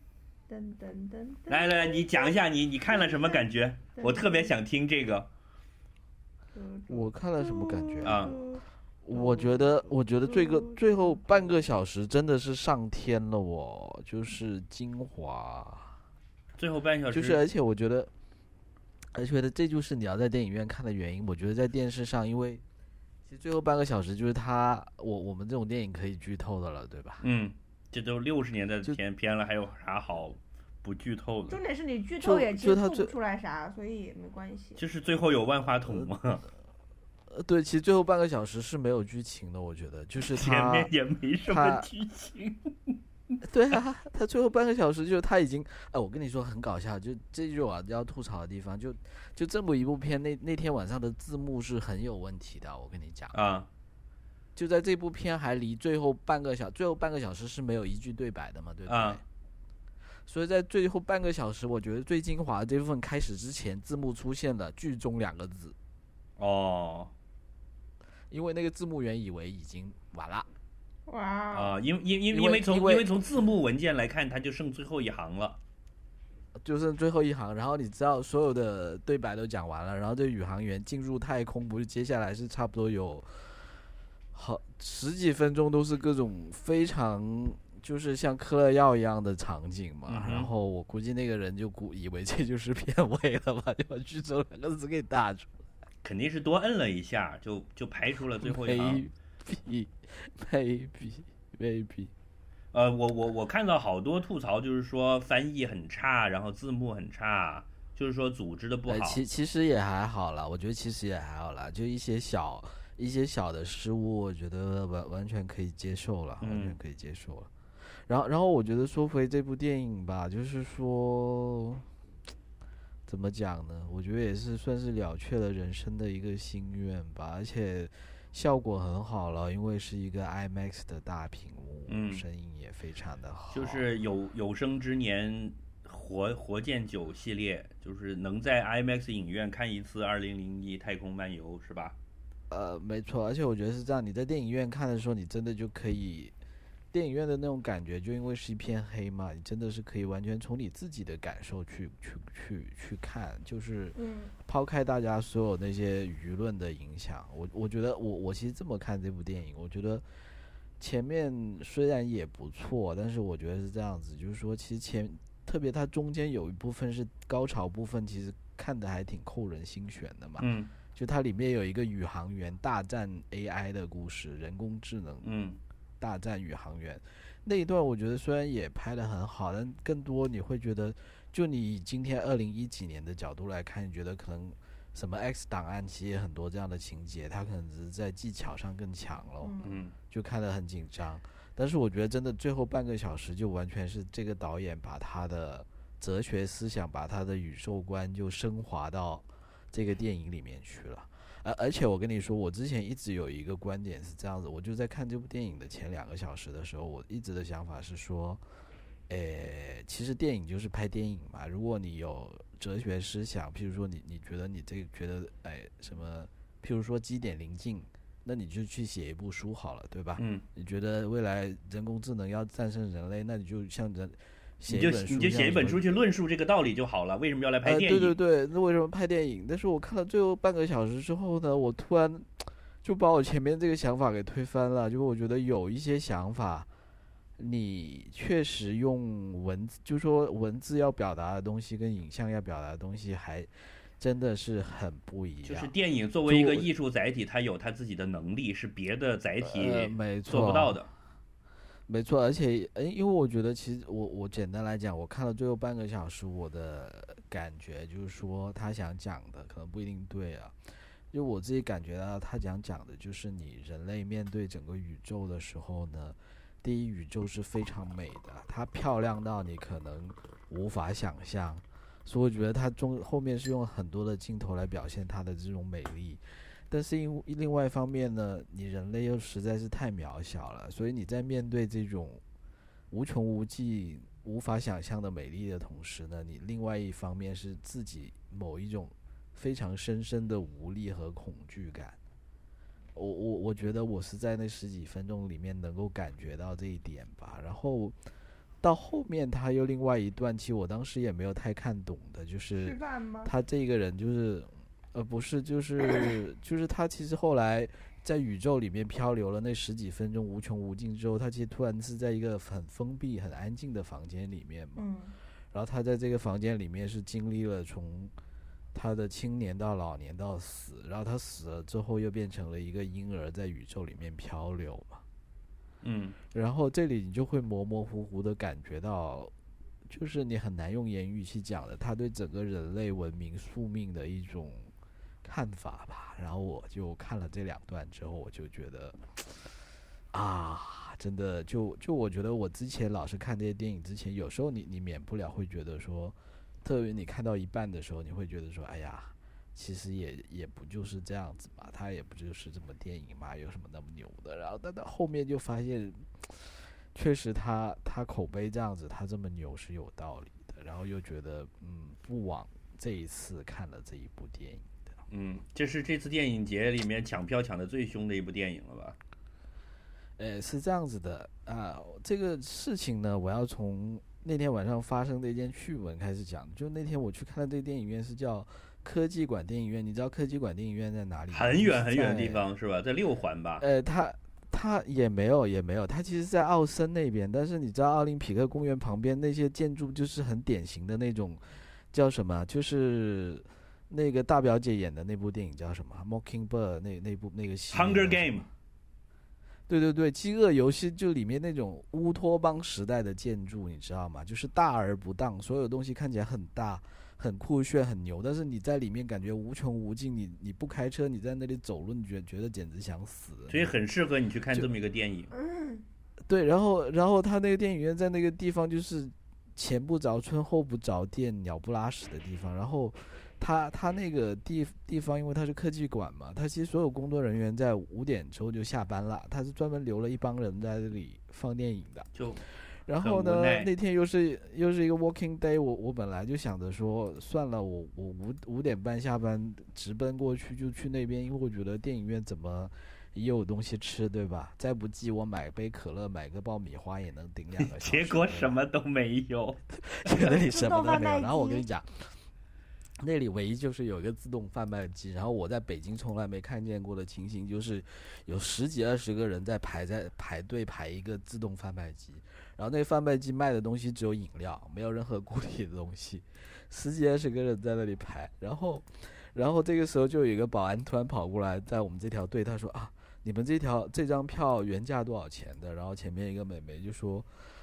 Speaker 1: 来来，你讲一下你看了什么感觉？我特别想听这个。
Speaker 3: 我看了什么感觉
Speaker 1: 啊？
Speaker 3: 我觉得最后半个小时真的是上天了，就是精华。
Speaker 1: 最后半小时
Speaker 3: 就是，而且我觉得这就是你要在电影院看的原因。我觉得在电视上，因为其实最后半个小时就是我们这种电影可以剧透的了，对吧？
Speaker 1: 这都60年的片了，还有啥好不剧透的？
Speaker 4: 重点是你剧透也剧透不出来啥，所以没关系。
Speaker 1: 就是最后有万花筒吗？
Speaker 3: 对，其实最后半个小时是没有剧情的，我觉得就是
Speaker 1: 前面也没什么剧情。
Speaker 3: 对啊，他最后半个小时就是他已经，我跟你说很搞笑，就这就是我要吐槽的地方，就这么一部片，那天晚上的字幕是很有问题的，我跟你讲
Speaker 1: 啊，
Speaker 3: 就在这部片还离最后半个小时是没有一句对白的嘛，对不对？
Speaker 1: 啊，
Speaker 3: 所以在最后半个小时，我觉得最精华的这部分开始之前，字幕出现了剧中2个字，因为那个字幕员以为已经完了。
Speaker 4: 哇
Speaker 1: 啊！因为从字幕文件来看，它就剩最后一行了，
Speaker 3: 就剩最后一行。然后你知道所有的对白都讲完了，然后这宇航员进入太空，不是接下来是差不多有10几分钟都是各种非常就是像嗑了药一样的场景嘛。然后我估计那个人就以为这就是片尾了吧，就把剧中2个字给打出来，
Speaker 1: 肯定是多摁了一下，就排除了最后一行。
Speaker 3: maybe
Speaker 1: 我看到好多吐槽，就是说翻译很差，然后字幕很差，就是说组织的不好。
Speaker 3: 其实也还好啦，我觉得其实也还好啦，就一些小的失误，我觉得完全可以接受了，完全可以接受了。然后我觉得说回这部电影吧，就是说怎么讲呢？我觉得也是算是了却了人生的一个心愿吧，而且效果很好了，因为是一个 IMAX 的大屏幕，声音也非常的好。
Speaker 1: 就是有生之年活见9系列，就是能在 IMAX 影院看一次2001太空漫游，是吧？
Speaker 3: 没错，而且我觉得是这样，你在电影院看的时候，你真的就可以，电影院的那种感觉，就因为是一片黑嘛，你真的是可以完全从你自己的感受去看，就是抛开大家所有那些舆论的影响。我觉得我其实这么看这部电影，我觉得前面虽然也不错，但是我觉得是这样子，就是说其实特别它中间有一部分是高潮部分，其实看得还挺扣人心弦的嘛。就它里面有一个宇航员大战 AI 的故事，人工智能大战宇航员那一段，我觉得虽然也拍得很好，但更多你会觉得，就你以今天2010几年的角度来看，你觉得可能什么 X 档案其实也很多这样的情节，它可能只是在技巧上更强了，就看得很紧张。但是我觉得真的最后半个小时就完全是这个导演把他的哲学思想，把他的宇宙观就升华到这个电影里面去了。而且我跟你说，我之前一直有一个观点是这样子，我就在看这部电影的前2个小时的时候，我一直的想法是说，其实电影就是拍电影嘛，如果你有哲学思想，譬如说你觉得你这个觉得什么，譬如说基点临近，那你就去写一部书好了，对吧？你觉得未来人工智能要战胜人类，那你就像
Speaker 1: 你就写一本书去论述这个道理就好了，为什么要来拍电影？
Speaker 3: 对，那为什么拍电影？但是我看了最后半个小时之后呢，我突然就把我前面这个想法给推翻了。就我觉得有一些想法，你确实用文字，就说文字要表达的东西跟影像要表达的东西还真的是很不一样。
Speaker 1: 就是电影作为一个艺术载体，它有它自己的能力，是别的载体做不到的。
Speaker 3: 没错，而且因为我觉得其实我简单来讲，我看了最后半个小时，我的感觉就是说他想讲的可能不一定对啊，就我自己感觉到他讲的就是你人类面对整个宇宙的时候呢，第一宇宙是非常美的，它漂亮到你可能无法想象，所以我觉得它后面是用很多的镜头来表现它的这种美丽。但是另外一方面呢，你人类又实在是太渺小了，所以你在面对这种无穷无际、无法想象的美丽的同时呢，你另外一方面是自己某一种非常深深的无力和恐惧感。 我觉得我是在那十几分钟里面能够感觉到这一点吧。然后到后面他又另外一段，其实我当时也没有太看懂的，就是他这个人就是不是就是他其实后来在宇宙里面漂流了那十几分钟无穷无尽之后，他其实突然是在一个很封闭很安静的房间里面嘛。然后他在这个房间里面是经历了从他的青年到老年到死，然后他死了之后又变成了一个婴儿在宇宙里面漂流嘛。然后这里你就会模模糊糊的感觉到，就是你很难用言语去讲的他对整个人类文明宿命的一种看法吧。然后我就看了这2段之后，我就觉得真的就我觉得我之前老是看这些电影之前，有时候你免不了会觉得说，特别你看到一半的时候，你会觉得说，哎呀，其实也不就是这样子嘛，他也不就是这么电影嘛，有什么那么牛的？然后但到后面就发现，确实他口碑这样子，他这么牛是有道理的。然后又觉得不枉这一次看了这一部电影的。
Speaker 1: 这是这次电影节里面抢票抢的最凶的一部电影了吧？
Speaker 3: 是这样子的这个事情呢，我要从那天晚上发生的一件趣闻开始讲。就那天我去看的这个电影院是叫科技馆电影院，你知道科技馆电影院在哪里吗？
Speaker 1: 很远很远的地方是吧？在6环吧？
Speaker 3: 它也没有，它其实在奥森那边。但是你知道奥林匹克公园旁边那些建筑就是很典型的那种，叫什么？就是那个大表姐演的那部电影叫什么 ？Mockingbird 那部那个戏
Speaker 1: Hunger Game。
Speaker 3: 对，饥饿游戏就里面那种乌托邦时代的建筑，你知道吗？就是大而不当，所有东西看起来很大、很酷炫、很牛，但是你在里面感觉无穷无尽。你不开车，你在那里走路，你觉得简直想死。
Speaker 1: 所以很适合你去看这么一个电影。
Speaker 3: 对，然后他那个电影院在那个地方就是前不着村后不着店，鸟不拉屎的地方。然后他那个地方，因为他是科技馆嘛，他其实所有工作人员在5点之后就下班了，他是专门留了一帮人在这里放电影的。然后呢，那天又是一个 working day， 我本来就想着说，算了，我5点半下班直奔过去就去那边，因为我觉得电影院怎么也有东西吃，对吧？再不济我买杯可乐，买个爆米花也能顶2个小时。
Speaker 1: 结果什么都没有，
Speaker 3: 那里什么都没有。然后我跟你讲，那里唯一就是有一个自动贩卖机，然后我在北京从来没看见过的情形就是有10几20个人在排队排一个自动贩卖机，然后那个贩卖机卖的东西只有饮料，没有任何固体的东西，10几20个人在那里排。然后这个时候就有一个保安突然跑过来，在我们这条队，他说你们这张票原价多少钱的？然后前面一个美眉就说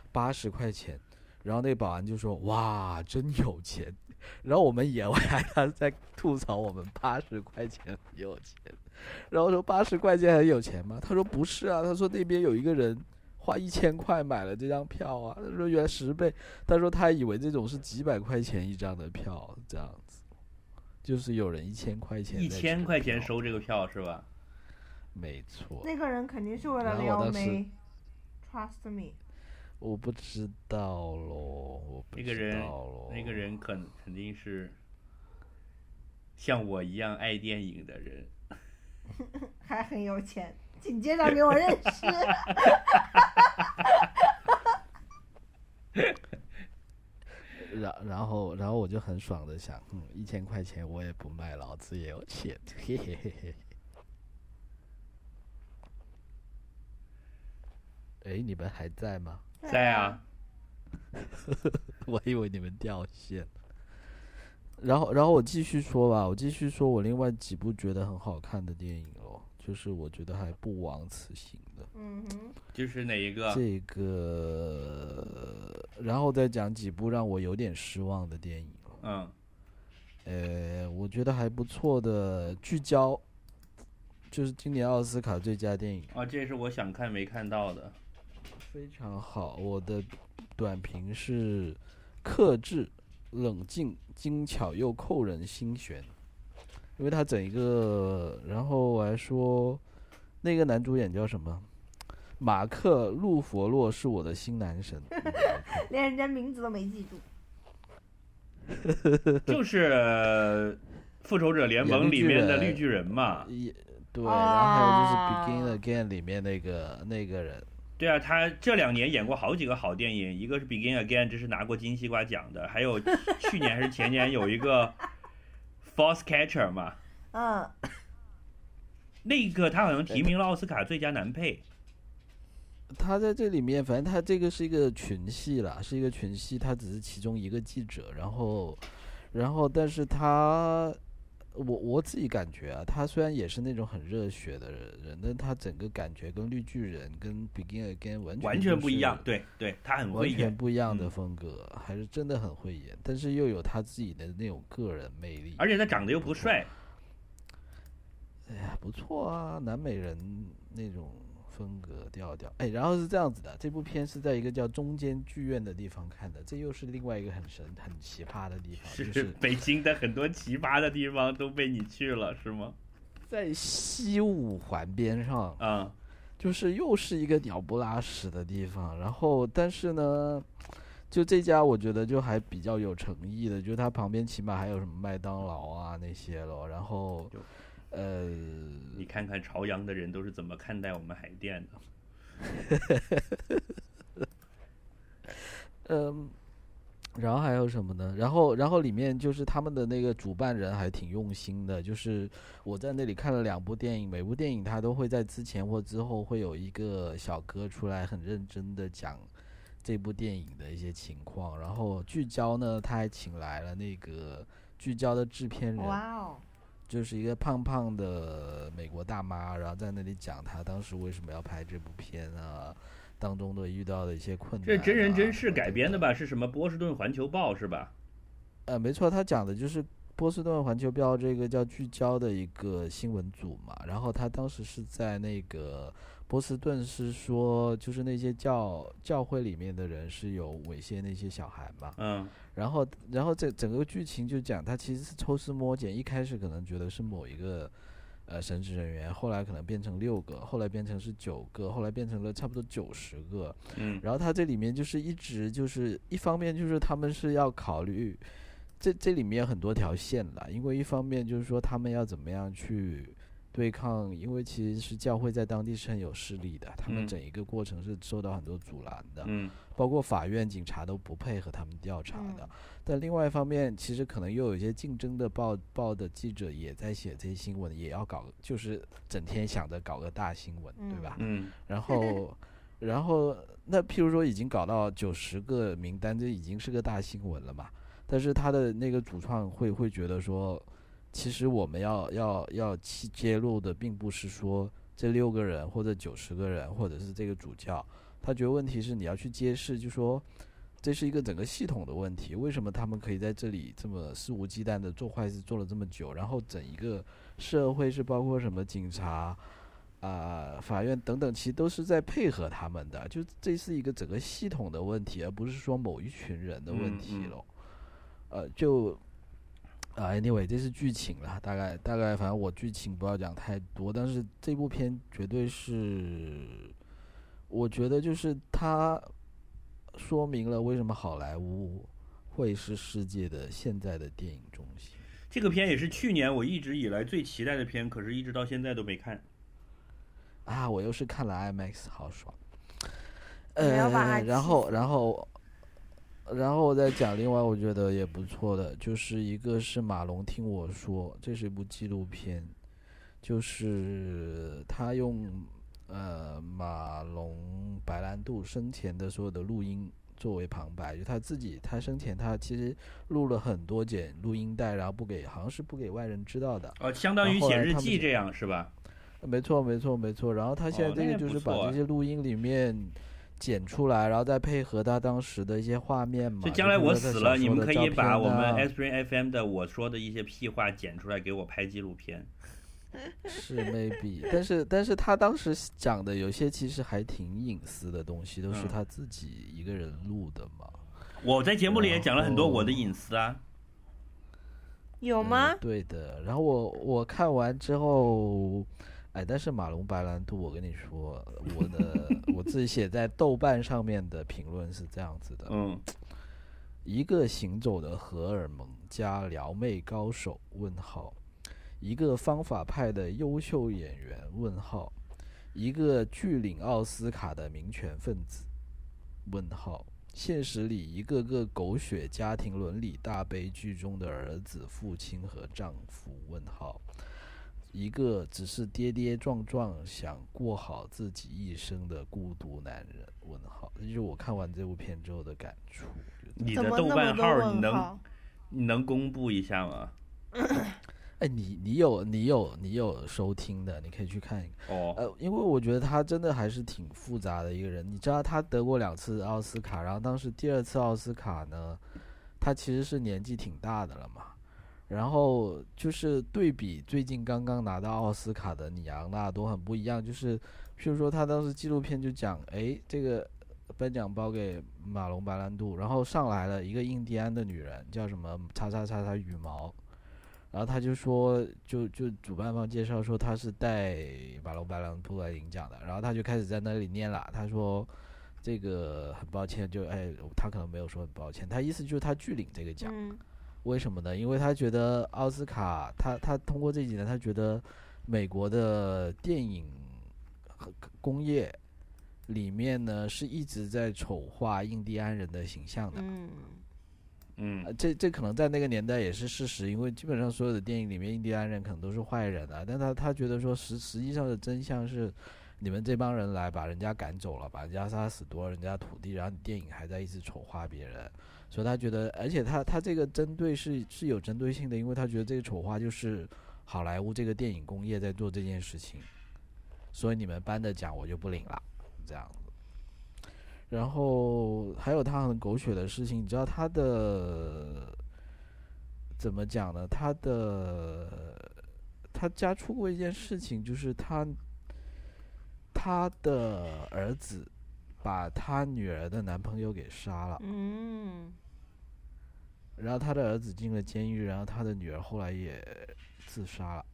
Speaker 3: 80块钱，然后那个保安就说哇真有钱。然后我们以为他在吐槽我们80块钱很有钱，然后说80块钱很有钱吗？他说不是啊，他说那边有一个人花1000块买了这张票啊，他说原来10倍，他说他以为这种是几百块钱一张的票，这样子，就是有人1000块钱
Speaker 1: ，1000块钱收这个票是吧？
Speaker 3: 没错，
Speaker 4: 那个人肯定是为了撩妹 ，Trust me。
Speaker 3: 我不知道咯，
Speaker 1: 那个人肯定是像我一样爱电影的人，
Speaker 4: 还很有钱，请介绍给我认识。
Speaker 3: 然后我就很爽的想，1000块钱我也不卖，老子也有钱，嘿嘿嘿嘿。你们还在吗？
Speaker 1: 在啊。
Speaker 3: 我以为你们掉线。然后我继续说吧，我另外几部觉得很好看的电影哦，就是我觉得还不枉此行的。
Speaker 1: 就是哪一个？
Speaker 3: 这个，然后再讲几部让我有点失望的电影。我觉得还不错的《聚焦》，就是今年奥斯卡最佳电影。
Speaker 1: 这是我想看没看到的。
Speaker 3: 非常好，我的短评是克制、冷静、精巧又扣人心弦。因为他整一个，然后我还说那个男主演叫什么？马克·路佛洛是我的新男神。
Speaker 4: 连人家名字都没记住。
Speaker 1: 就是复仇者联盟里面的绿巨人嘛。
Speaker 3: 对，然后还有就是《Begin Again》里面那个人。
Speaker 1: 对啊，他这2年演过好几个好电影，一个是《Begin Again》，这是拿过金西瓜奖的，还有去年还是前年有一个《False Catcher》嘛，那个他好像提名了奥斯卡最佳男配。
Speaker 3: 他在这里面，反正他这个是一个群戏啦，是一个群戏，他只是其中一个记者，然后，但是他。我自己感觉啊，他虽然也是那种很热血的人，但他整个感觉跟绿巨人、跟 Begin Again 完全
Speaker 1: 不一样。对，他很会演，
Speaker 3: 完全不一样的风格，还是真的很会演，但是又有他自己的那种个人魅力。
Speaker 1: 而且他长得又不帅。
Speaker 3: 哎呀，不错啊，南美人那种风格调调。哎，然后是这样子的，这部片是在一个叫中间剧院的地方看的，这又是另外一个很奇葩的地方，就是
Speaker 1: 北京的很多奇葩的地方都被你去了，是吗？
Speaker 3: 在西五环边上啊，就是又是一个鸟不拉屎的地方。然后，但是呢，就这家我觉得就还比较有诚意的，就它旁边起码还有什么麦当劳啊那些咯。然后。
Speaker 1: 你看看朝阳的人都是怎么看待我们海淀的？
Speaker 3: 然后还有什么呢？然后里面就是他们的那个主办人还挺用心的，就是我在那里看了2部电影，每部电影他都会在之前或之后会有一个小哥出来很认真的讲这部电影的一些情况，然后聚焦呢，他还请来了那个聚焦的制片人。
Speaker 4: 哇哦！
Speaker 3: 就是一个胖胖的美国大妈，然后在那里讲她当时为什么要拍这部片啊，当中的遇到的一些困难。
Speaker 1: 这真人真事改编的吧？是什么波士顿环球报是吧？
Speaker 3: 没错，他讲的就是波士顿环球报这个叫聚焦的一个新闻组嘛，然后他当时是在那个波士顿，是说就是那些教会里面的人是有猥亵那些小孩嘛，然后这整个剧情就讲他其实是抽丝剥茧，一开始可能觉得是某一个神职人员，后来可能变成6个，后来变成是9个，后来变成了差不多90个，然后他这里面就是一直就是一方面就是他们是要考虑。这里面有很多条线啦，因为一方面就是说他们要怎么样去对抗，因为其实是教会在当地是很有势力的，他们整一个过程是受到很多阻拦的，包括法院、警察都不配合他们调查的。但另外一方面，其实可能又有一些竞争的报的记者也在写这些新闻，也要搞，就是整天想着搞个大新闻，对吧？然后那譬如说已经搞到90个名单，这已经是个大新闻了嘛。但是他的那个主创会觉得说，其实我们要揭露的并不是说这6个人或者90个人或者是这个主教，他觉得问题是你要去揭示，就说这是一个整个系统的问题，为什么他们可以在这里这么肆无忌惮的做坏事做了这么久，然后整一个社会是包括什么警察法院等等，其实都是在配合他们的，就这是一个整个系统的问题，而不是说某一群人的问题咯。anyway 这是剧情了，大概反正我剧情不要讲太多，但是这部片绝对是我觉得就是它说明了为什么好莱坞会是世界的现在的电影中心。
Speaker 1: 这个片也是去年我一直以来最期待的片，可是一直到现在都没看
Speaker 3: 啊！我又是看了 IMAX， 好爽。然后我再讲另外我觉得也不错的，就是一个是马龙听我说，这是一部纪录片，就是他用马龙白兰度生前的所有的录音作为旁白，就他生前他其实录了很多剪录音带，然后好像是不给外人知道的，
Speaker 1: 相当于写日记这样是吧？
Speaker 3: 没错。然后他现在这个就是把这些录音里面剪出来，然后再配合他当时的一一些画面嘛。
Speaker 1: 就将来我死了，你们可以把我们 Aspirin FM 的我说的一些屁话剪出来给我拍纪录片。
Speaker 3: 是 maybe， 但是他当时讲的有些其实还挺隐私的东西，都是他自己一个人录的嘛。
Speaker 1: 我在节目里也讲了很多我的隐私啊。
Speaker 2: 有吗？
Speaker 3: 对的。然后我看完之后，但是马龙白兰度，我跟你说，我自己写在豆瓣上面的评论是这样子的，一个行走的荷尔蒙加撩妹高手？问号。 一个方法派的优秀演员？问号，一个拒领奥斯卡的民权分子？问号，现实里一个个狗血家庭伦理大悲剧中的儿子、父亲和丈夫？问号，一个只是跌跌撞撞想过好自己一生的孤独男人？问号，这就是我看完这部片之后的感触。
Speaker 1: 你的豆瓣号你能公布一下吗？
Speaker 3: 哎，你有收听的，你可以去看一看。因为我觉得他真的还是挺复杂的一个人。你知道他得过2次奥斯卡，然后当时第2次奥斯卡呢，他其实是年纪挺大的了嘛。然后就是对比最近刚刚拿到奥斯卡的里昂纳多很不一样，就是譬如说他当时纪录片就讲，这个颁奖包给马龙白兰度，然后上来了一个印第安的女人，叫什么叉叉叉叉羽毛，然后他就说，就主办方介绍说他是带马龙白兰度来领奖的，然后他就开始在那里念了，他说这个很抱歉，他可能没有说很抱歉，他意思就是他拒领这个奖。为什么呢？因为他觉得奥斯卡，他通过这几年，他觉得美国的电影工业里面呢是一直在丑化印第安人的形象的。这可能在那个年代也是事实，因为基本上所有的电影里面印第安人可能都是坏人啊，但他觉得说实际上的真相是你们这帮人来把人家赶走了，把人家杀死，夺了人家土地，然后你电影还在一直丑化别人，所以他觉得，而且他这个针对是有针对性的，因为他觉得这个丑化就是好莱坞这个电影工业在做这件事情，所以你们颁的奖我就不领了，这样子。然后还有他很狗血的事情，你知道他的怎么讲呢？他家出过一件事情，就是他的儿子把他女儿的男朋友给杀了。然后他的儿子进了监狱，然后他的女儿后来也自杀了，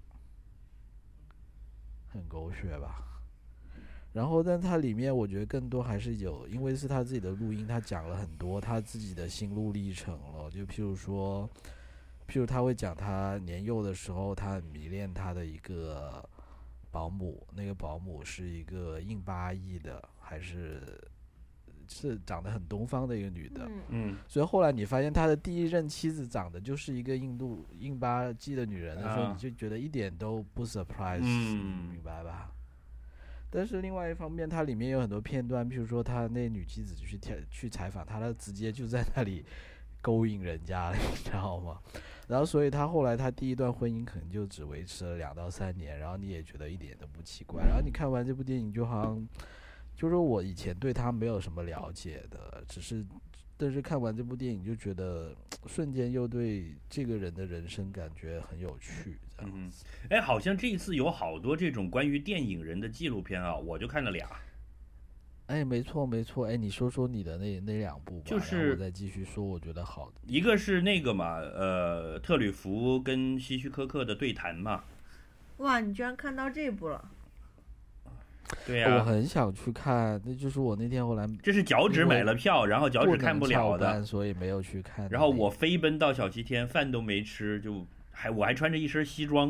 Speaker 3: 很狗血吧？然后但他里面我觉得更多还是有，因为是他自己的录音，他讲了很多他自己的心路历程了。就譬如他会讲他年幼的时候，他很迷恋他的一个保姆，那个保姆是一个印巴裔的，还是长得很东方的一个女的。所以后来你发现他的第1任妻子长得就是一个印巴裔的女人的时候，你就觉得一点都不 surprise，明白吧？但是另外一方面，它里面有很多片段，譬如说他那女妻子去采访他，直接就在那里勾引人家了，你知道吗？然后所以他后来他第1段婚姻可能就只维持了2到3年，然后你也觉得一点都不奇怪。然后你看完这部电影就好像，就是我以前对他没有什么了解的，但是看完这部电影就觉得瞬间又对这个人的人生感觉很有趣。
Speaker 1: 好像这一次有好多这种关于电影人的纪录片啊，我就看了2。
Speaker 3: 没错。你说说你的那2部吧，就是我再继续说我觉得好的。
Speaker 1: 一个是那个嘛，特吕弗跟希区柯克的对谈嘛。
Speaker 4: 哇，你居然看到这部了？
Speaker 1: 对呀，
Speaker 3: 我很想去看，那就是我那天后来
Speaker 1: 这是脚趾买了票，然后脚趾看不了的，
Speaker 3: 所以没有去看。
Speaker 1: 然后我飞奔到小西天，饭都没吃，我还穿着一身西装，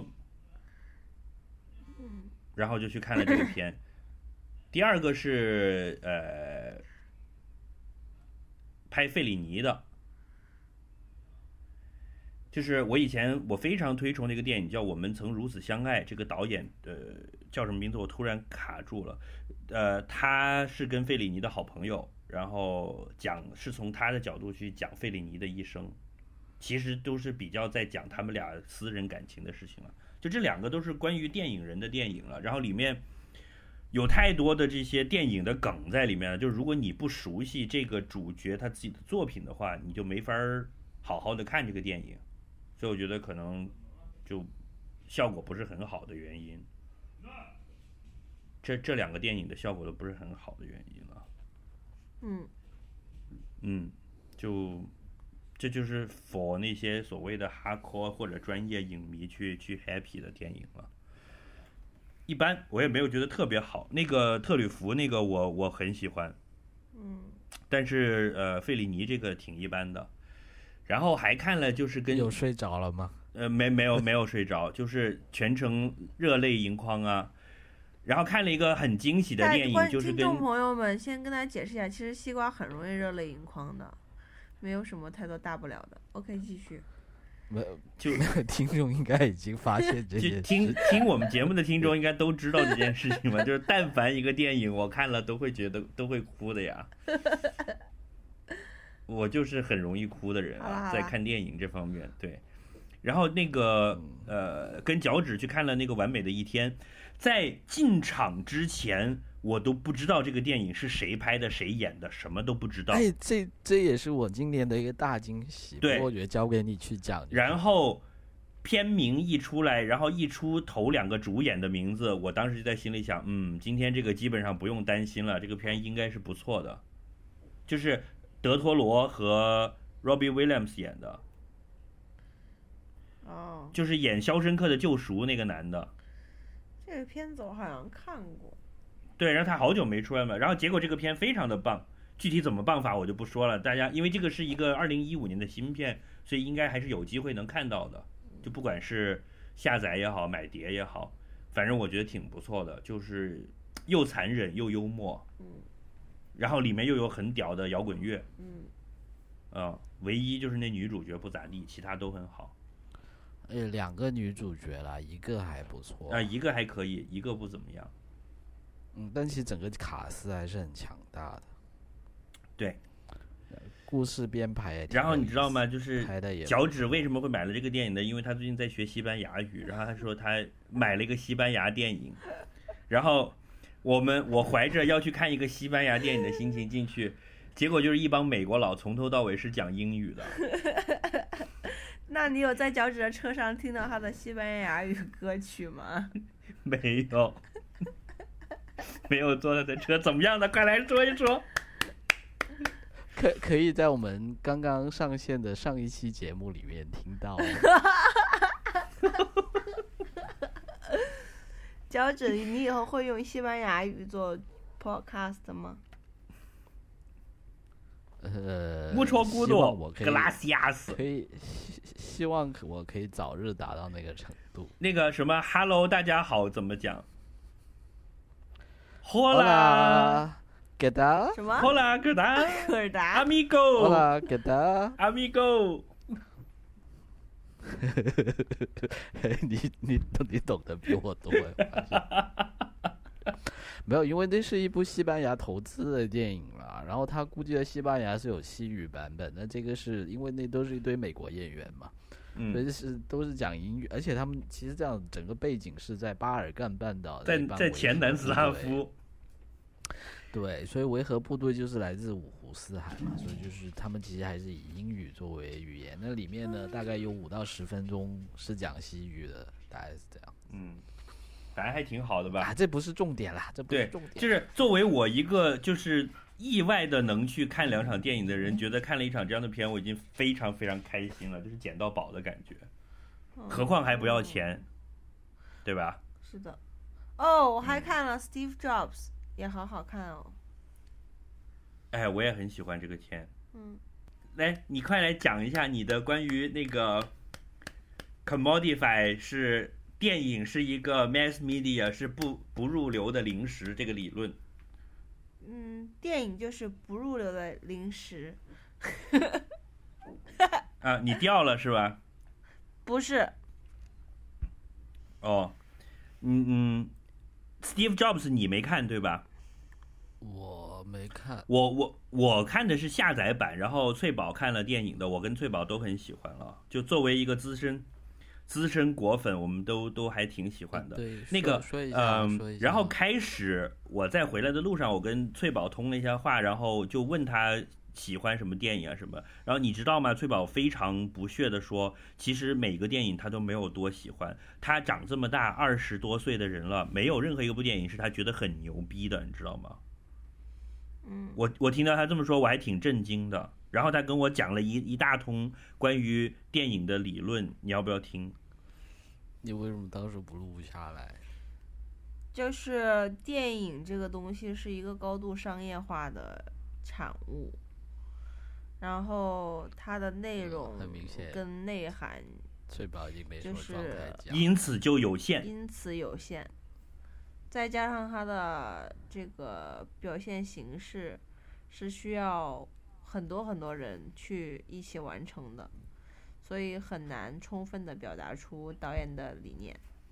Speaker 1: 然后就去看了这个片。第2个是拍费里尼的，就是我非常推崇的一个电影叫《我们曾如此相爱》，这个导演叫什么名字我突然卡住了。他是跟费里尼的好朋友，然后是从他的角度去讲费里尼的一生，其实都是比较在讲他们俩私人感情的事情了。就这2个都是关于电影人的电影了，然后里面有太多的这些电影的梗在里面了，就如果你不熟悉这个主角他自己的作品的话，你就没法好好的看这个电影，所以我觉得可能就效果不是很好的原因，这2个电影的效果都不是很好的原因了。这就是 for 那些所谓的 hardcore 或者专业影迷去 happy 的电影了。一般，我也没有觉得特别好。那个特吕弗那个我很喜欢，但是费里尼这个挺一般的。然后还看了就是有
Speaker 3: 睡着了吗？
Speaker 1: 没有睡着，就是全程热泪盈眶啊。然后看了一个很惊喜的电影，就是
Speaker 2: 听众朋友们先跟大家解释一下，其实西瓜很容易热泪盈眶的，没有什么太多大不了的。OK， 继续。
Speaker 3: 没有，就听众应该已经发现这件事。
Speaker 1: 听我们节目的听众应该都知道这件事情嘛，就是但凡一个电影我看了都会觉得都会哭的呀。我就是很容易哭的人啊，在看电影这方面，对。然后那个跟脚趾去看了那个《完美的一天》，在进场之前我都不知道这个电影是谁拍的谁演的，什么都不知道。
Speaker 3: 哎，这也是我今年的一个大惊喜。
Speaker 1: 对，
Speaker 3: 我觉得交给你去讲。
Speaker 1: 然后片名一出来，然后一出头2个主演的名字，我当时就在心里想，今天这个基本上不用担心了，这个片应该是不错的，就是德托罗和 Robbie Williams 演的。
Speaker 2: 哦，
Speaker 1: 就是演《肖申克的救赎》那个男的。
Speaker 2: 这个片子我好像看过。
Speaker 1: 对，然后他好久没出来嘛，然后结果这个片非常的棒，具体怎么棒法我就不说了，大家因为这个是一个2015年的新片，所以应该还是有机会能看到的，就不管是下载也好，买碟也好，反正我觉得挺不错的，就是又残忍又幽默，然后里面又有很屌的摇滚乐，唯一就是那女主角不咋地，其他都很好。
Speaker 3: 2个女主角啦，一个还不错
Speaker 1: 一个还可以，一个不怎么样。
Speaker 3: 但其实整个卡司还是很强大的。
Speaker 1: 对，
Speaker 3: 故事编排也挺有意思。
Speaker 1: 然后你知道吗？就是脚趾为什么会买了这个电影呢？因为他最近在学西班牙语，然后他说他买了一个西班牙电影，然后我怀着要去看一个西班牙电影的心情进去，结果就是一帮美国佬从头到尾是讲英语的。
Speaker 2: 那你有在脚趾的车上听到他的西班牙语歌曲吗？
Speaker 1: 没有，没有坐他的车，怎么样的？快来说一说。
Speaker 3: 可以在我们刚刚上线的上一期节目里面听到。
Speaker 2: 脚趾，你以后会用西班牙语做 podcast 吗
Speaker 1: ？mucho gusto，格拉西亚斯。
Speaker 3: 可以，希望我可以早日达到那个程度。
Speaker 1: 那个什么 ，Hello， 大家好，怎么讲 ？Hola，¿qué tal？
Speaker 2: 什么
Speaker 1: ？Hola，¿qué
Speaker 3: tal？Amigo。Hola，¿qué
Speaker 1: tal？Amigo。
Speaker 3: 你懂得比我多。没有，因为那是一部西班牙投资的电影啦，然后他估计在西班牙是有西语版本，那这个是因为那都是一堆美国演员嘛，所以都是讲英语，而且他们其实这样整个背景是在巴尔干半岛，
Speaker 1: 在前南斯拉夫，
Speaker 3: 对，所以维和部队就是来自五湖四海嘛，所以就是他们其实还是以英语作为语言，那里面呢大概有5到10分钟是讲西语的，大概是这样。
Speaker 1: 反正还挺好的吧？
Speaker 3: 这不是重点啦，这不是重点。
Speaker 1: 就是作为我一个就是意外的能去看2场电影的人，觉得看了一场这样的片，我已经非常非常开心了，就是捡到宝的感觉。何况还不要钱，对吧？
Speaker 2: 是的。我还看了 Steve Jobs，也好好看哦。
Speaker 1: 哎，我也很喜欢这个片。来，你快来讲一下你的关于那个 commodify 是。电影是一个 mass media， 是不入流的零食这个理论。
Speaker 2: 电影就是不入流的零食。
Speaker 1: 你掉了是吧？
Speaker 2: 不是。
Speaker 1: Steve Jobs 你没看对吧？
Speaker 3: 我没看。
Speaker 1: 我看的是下载版，然后翠宝看了电影的，我跟翠宝都很喜欢了。就作为一个资深果粉，我们都还挺喜欢的。
Speaker 3: 对，
Speaker 1: 那个
Speaker 3: 说一下
Speaker 1: 然后开始我在回来的路上，我跟翠宝通了一下话，然后就问他喜欢什么电影啊什么。然后你知道吗？翠宝非常不屑的说，其实每个电影他都没有多喜欢。他长这么大20多岁的人了，没有任何一部电影是他觉得很牛逼的，你知道吗？我听到他这么说，我还挺震惊的。然后他跟我讲了一大通关于电影的理论，你要不要听？
Speaker 3: 你为什么当时不录下来？
Speaker 2: 就是电影这个东西是一个高度商业化的产物，然后它的内容跟内涵
Speaker 3: 翠宝已经没什么
Speaker 2: 就是
Speaker 3: 状态讲，
Speaker 1: 因此就有限。
Speaker 2: 因此有限，再加上他的这个表现形式是需要很多很多人去一起完成的，所以很难充分的表达出导演的理念。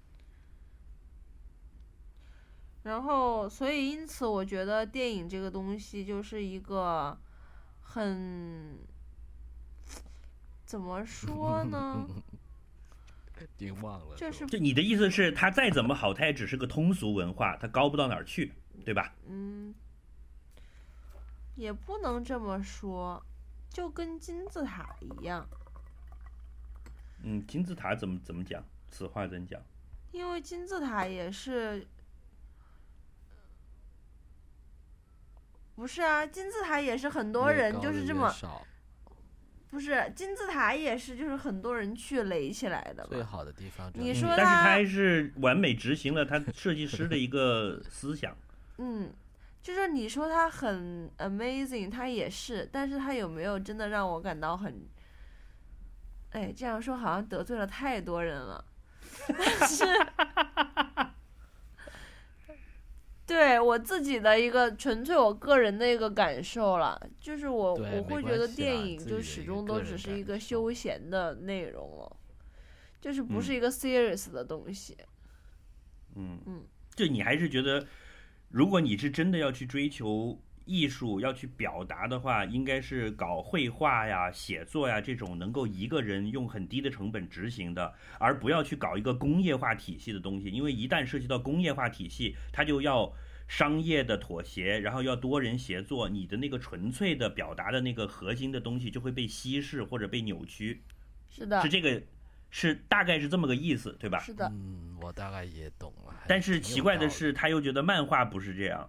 Speaker 2: 然后，所以因此，我觉得电影这个东西就是一个很，怎么说呢？
Speaker 3: 已经忘了，
Speaker 2: 就是
Speaker 1: 就你的意思是，它再怎么好，它也只是个通俗文化，它高不到哪儿去，对吧？
Speaker 2: 也不能这么说，就跟金字塔一样。
Speaker 1: 金字塔怎么讲？此话怎讲？
Speaker 2: 因为金字塔也是，不是啊？金字塔也是很多人就是这么，不是金字塔也是就是很多人去垒起来的嘛。
Speaker 3: 最好的地方
Speaker 2: 你说
Speaker 1: 但是它还是完美执行了它设计师的一个思想。
Speaker 2: 就是你说它很 amazing， 它也是，但是它有没有真的让我感到很，哎，这样说好像得罪了太多人了，但是对我自己的一个纯粹我个人的一个感受了，就是我会觉得电影就始终都只是一个休闲的内容了，就是不是一个 serious 的东西。
Speaker 1: 就你还是觉得，如果你是真的要去追求艺术，要去表达的话，应该是搞绘画呀、写作呀这种能够一个人用很低的成本执行的，而不要去搞一个工业化体系的东西。因为一旦涉及到工业化体系，它就要商业的妥协，然后要多人协作，你的那个纯粹的表达的那个核心的东西就会被稀释或者被扭曲。
Speaker 2: 是的，
Speaker 1: 是这个，是大概是这么个意思，对吧？
Speaker 2: 是的。
Speaker 3: 我大概也懂了。
Speaker 1: 但是奇怪的是，他又觉得漫画不是这样。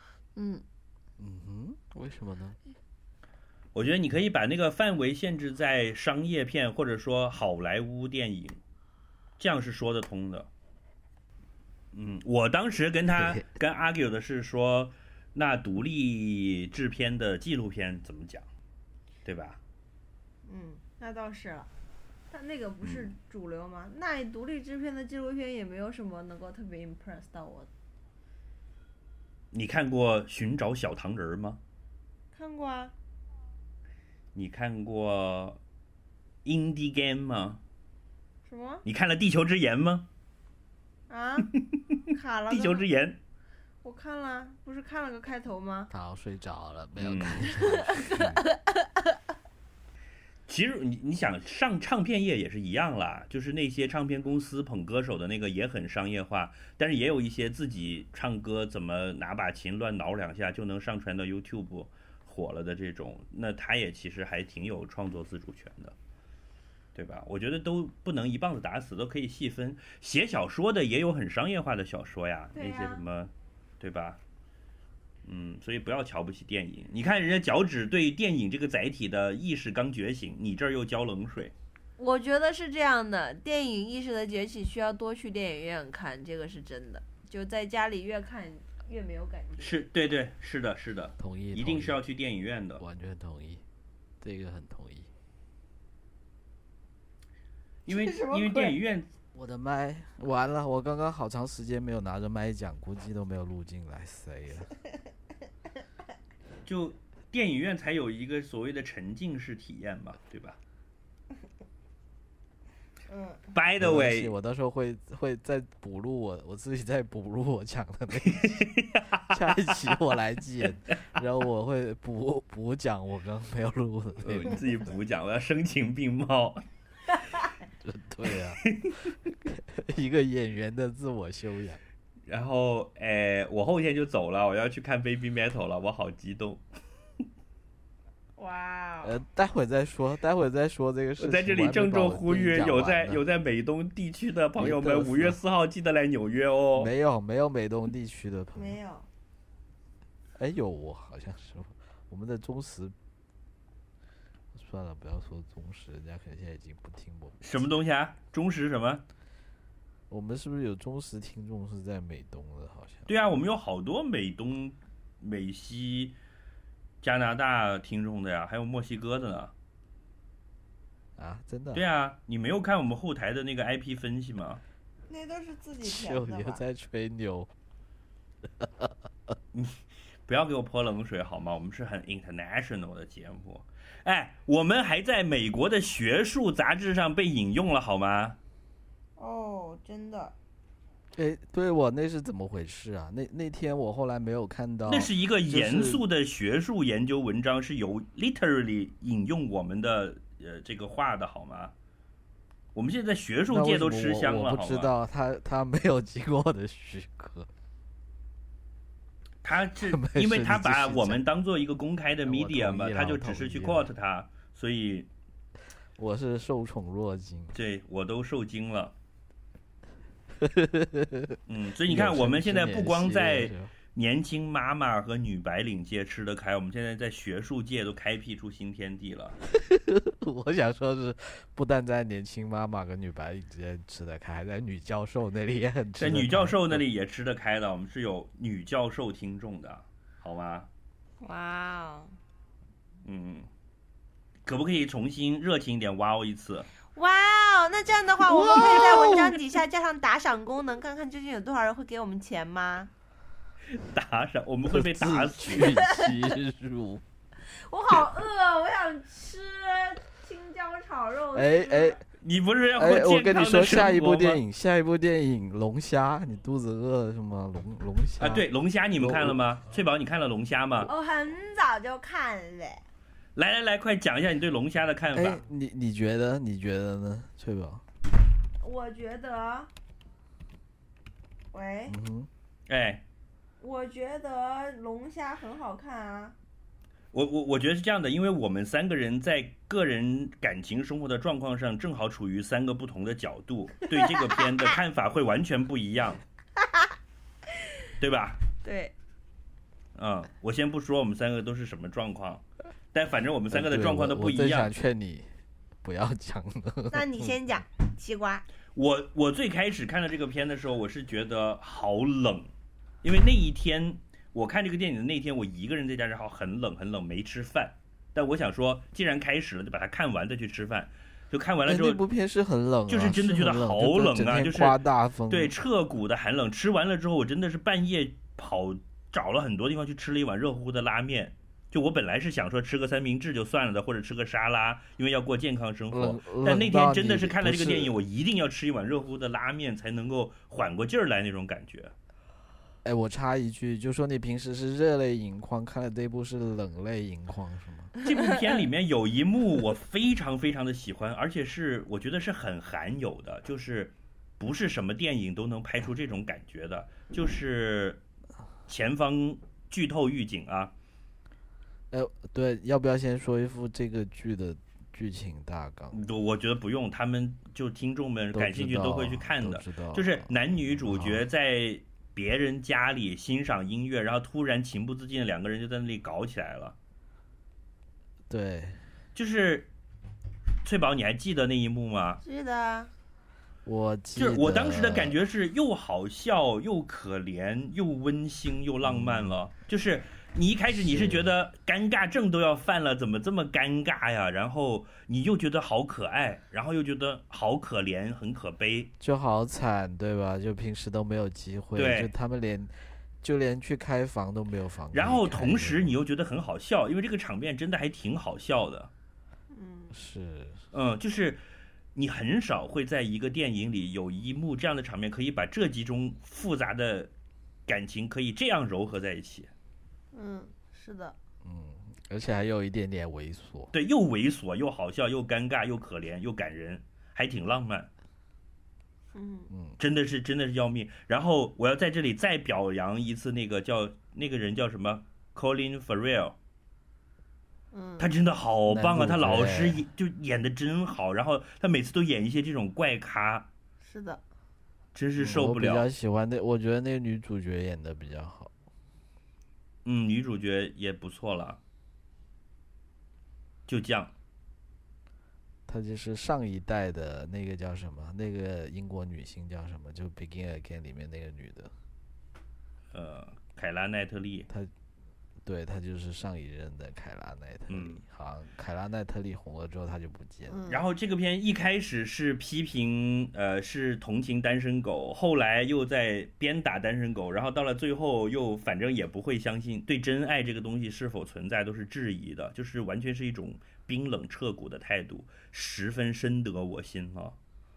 Speaker 3: 为什么呢？
Speaker 1: 我觉得你可以把那个范围限制在商业片或者说好莱坞电影，这样是说得通的。我当时跟argue 的是说，那独立制片的纪录片怎么讲，对吧？
Speaker 4: 那倒是了。但那个不是主流吗？那独立制片的纪录片也没有什么能够特别 impress 到我的。
Speaker 1: 你看过《寻找小糖人》吗？
Speaker 4: 看过啊。
Speaker 1: 你看过《Indie Game》吗？
Speaker 4: 什么？
Speaker 1: 你看了《地球之盐》吗？
Speaker 4: 啊？卡了。
Speaker 1: 地球之盐。
Speaker 4: 我看了，不是看了个开头吗？
Speaker 3: 他睡着了，没有看。
Speaker 1: 其实你想上唱片业也是一样啦，就是那些唱片公司捧歌手的那个也很商业化，但是也有一些自己唱歌怎么拿把琴乱挠两下就能上传到 YouTube 火了的这种，那他也其实还挺有创作自主权的，对吧？我觉得都不能一棒子打死，都可以细分。写小说的也有很商业化的小说呀，那些什么，对吧？所以不要瞧不起电影。你看人家脚趾对电影这个载体的意识刚觉醒，你这儿又浇冷水。
Speaker 2: 我觉得是这样的，电影意识的崛起需要多去电影院看，这个是真的。就在家里越看越没有感觉。
Speaker 1: 是，对，是的，是的，
Speaker 3: 同意，
Speaker 1: 一定是要去电影院的，
Speaker 3: 完全同意，这个很同意。
Speaker 1: 因为电影院，
Speaker 3: 我的麦完了，我刚刚好长时间没有拿着麦讲，估计都没有录进来，谁了？
Speaker 1: 就电影院才有一个所谓的沉浸式体验嘛，对吧？By the way，
Speaker 3: 我到时候会再补录我自己再补录我讲的那一集，下一期我来剪，然后我会补讲我刚没有录的那
Speaker 1: 你自己补讲，我要声情并茂。
Speaker 3: 对啊，一个演员的自我修养。
Speaker 1: 然后，我后天就走了，我要去看 Baby Metal 了，我好激动。
Speaker 4: 哇哦！
Speaker 3: 待会再说这个事情。
Speaker 1: 我在这里郑重呼吁，有在美东地区的朋友们，5月4号记得来纽约哦。
Speaker 3: 没有美东地区的朋友。
Speaker 4: 没有。
Speaker 3: 有我好像是我们的忠实。算了，不要说忠实，人家可能现在已经不听我们。
Speaker 1: 什么东西啊？忠实什么？
Speaker 3: 我们是不是有忠实听众是在美东的？好像。
Speaker 1: 对啊，我们有好多美东、美西、加拿大听众的呀，还有墨西哥的呢。
Speaker 3: 啊，真的。
Speaker 1: 对啊，你没有看我们后台的那个 IP 分析吗？
Speaker 4: 那都是自己
Speaker 3: 秀
Speaker 4: 填的吧？
Speaker 3: 又在吹牛。
Speaker 1: 不要给我泼冷水好吗？我们是很 international 的节目。哎，我们还在美国的学术杂志上被引用了好吗？
Speaker 4: 哦，真的。
Speaker 3: 哎，对我那是怎么回事啊？那天我后来没有看到。
Speaker 1: 那是一个严肃的学术研究文章，是有 literally 引用我们的这个话的好吗？我们现在在学术界都吃香了，
Speaker 3: 我不知道他没有经过我的许可。
Speaker 1: 他是因为他把我们当做一个公开的 media 嘛，他就只是去 quote 他，所以
Speaker 3: 我是受宠若惊。
Speaker 1: 对，我都受惊了。所以你看，我们现在不光在年轻妈妈和女白领界吃得开，我们现在在学术界都开辟出新天地了。
Speaker 3: 我想说是，不但在年轻妈妈跟女白领之间吃得开，还在女教授那里也很吃得开。
Speaker 1: 在女教授那里也吃得开的，我们是有女教授听众的，好吗？
Speaker 2: 哇哦，
Speaker 1: 可不可以重新热情一点哇哦一次？
Speaker 4: 哇哦，那这样的话，我们可以在文章底下加上打赏功能，看看究竟有多少人会给我们钱吗？
Speaker 1: 打赏，我们会被打死。
Speaker 3: 欺辱。
Speaker 4: 我好饿，我想吃青椒炒肉丝。
Speaker 3: 哎，
Speaker 1: 你不是要过健康的生活吗？
Speaker 3: 我跟你说，下一部电影龙虾，你肚子饿什么？龙虾
Speaker 1: 啊，对，龙虾你们看了吗？翠宝，你看了龙虾吗？
Speaker 4: 我很早就看了。
Speaker 1: 来，快讲一下你对龙虾的看法。
Speaker 3: 哎，你觉得呢，翠宝？
Speaker 4: 我觉得，喂，
Speaker 1: 哎，
Speaker 4: 我觉得龙虾很好看啊。
Speaker 1: 我觉得是这样的，因为我们三个人在个人感情生活的状况上正好处于三个不同的角度，对这个片的看法会完全不一样，对吧？
Speaker 4: 对。
Speaker 1: 我先不说我们三个都是什么状况，但反正我们三个的状况都不一样。
Speaker 3: 我想劝你不要讲了。
Speaker 4: 那你先讲西瓜。
Speaker 1: 我最开始看到这个片的时候，我是觉得好冷，因为那一天我看这个电影的那天，我一个人在家，然后很冷，没吃饭。但我想说，既然开始了，就把它看完再去吃饭。就看完了之后，
Speaker 3: 那部片是很冷，
Speaker 1: 就是真的觉得好冷啊，就是
Speaker 3: 刮大风，
Speaker 1: 对，彻骨的寒冷。吃完了之后，我真的是半夜找了很多地方去吃了一碗热乎乎的拉面。就我本来是想说吃个三明治就算了的，或者吃个沙拉，因为要过健康生活。但那天真的是看了这个电影，我一定要吃一碗热乎乎的拉面，才能够缓过劲儿来那种感觉。
Speaker 3: 哎，我插一句，就说你平时是热泪盈眶，看了这部是冷泪盈眶是吗？
Speaker 1: 这部片里面有一幕我非常非常的喜欢，而且是我觉得是很罕有的，就是不是什么电影都能拍出这种感觉的，就是前方剧透预警啊。
Speaker 3: 对，要不要先说一副这个剧的剧情大纲？
Speaker 1: 我觉得不用，他们就听众们感兴趣都会去看的。就是男女主角在别人家里欣赏音乐，然后突然情不自禁的两个人就在那里搞起来了。
Speaker 3: 对，
Speaker 1: 就是翠宝，你还记得那一幕吗？
Speaker 4: 记得。
Speaker 3: 我记得，
Speaker 1: 就是我当时的感觉是又好笑又可怜又温馨又浪漫了。就是你一开始你是觉得尴尬症都要犯了，怎么这么尴尬呀？然后你又觉得好可爱，然后又觉得好可怜，很可悲，
Speaker 3: 就好惨，对吧？就平时都没有机会，
Speaker 1: 对，
Speaker 3: 就他们连去开房都没有房。
Speaker 1: 然后同时你又觉得很好笑，因为这个场面真的还挺好笑的。
Speaker 3: 是，
Speaker 1: 就是你很少会在一个电影里有一幕这样的场面，可以把这几种复杂的感情可以这样糅合在一起。
Speaker 4: 是的。
Speaker 3: 而且还有一点点猥琐。
Speaker 1: 对，又猥琐又好笑又尴尬又可怜又感人，还挺浪漫。真的是要命。然后我要在这里再表扬一次那个人叫什么 Colin Farrell。他真的好棒啊！他老师就演的真好，然后他每次都演一些这种怪咖。
Speaker 4: 是的，
Speaker 1: 真是受不了。
Speaker 3: 我比较喜欢我觉得那个女主角演的比较好。
Speaker 1: 女主角也不错了。就这样。
Speaker 3: 她就是上一代的那个叫什么？那个英国女星叫什么？就《Begin Again》里面那个女的。
Speaker 1: 凯拉奈特利。
Speaker 3: 对，他就是上一任的凯拉奈特利。好像凯拉奈特利红了之后他就不见了。
Speaker 1: 然后这个片一开始是批评是同情单身狗，后来又在鞭打单身狗，然后到了最后又反正也不会相信，对真爱这个东西是否存在都是质疑的，就是完全是一种冰冷彻骨的态度，十分深得我心了。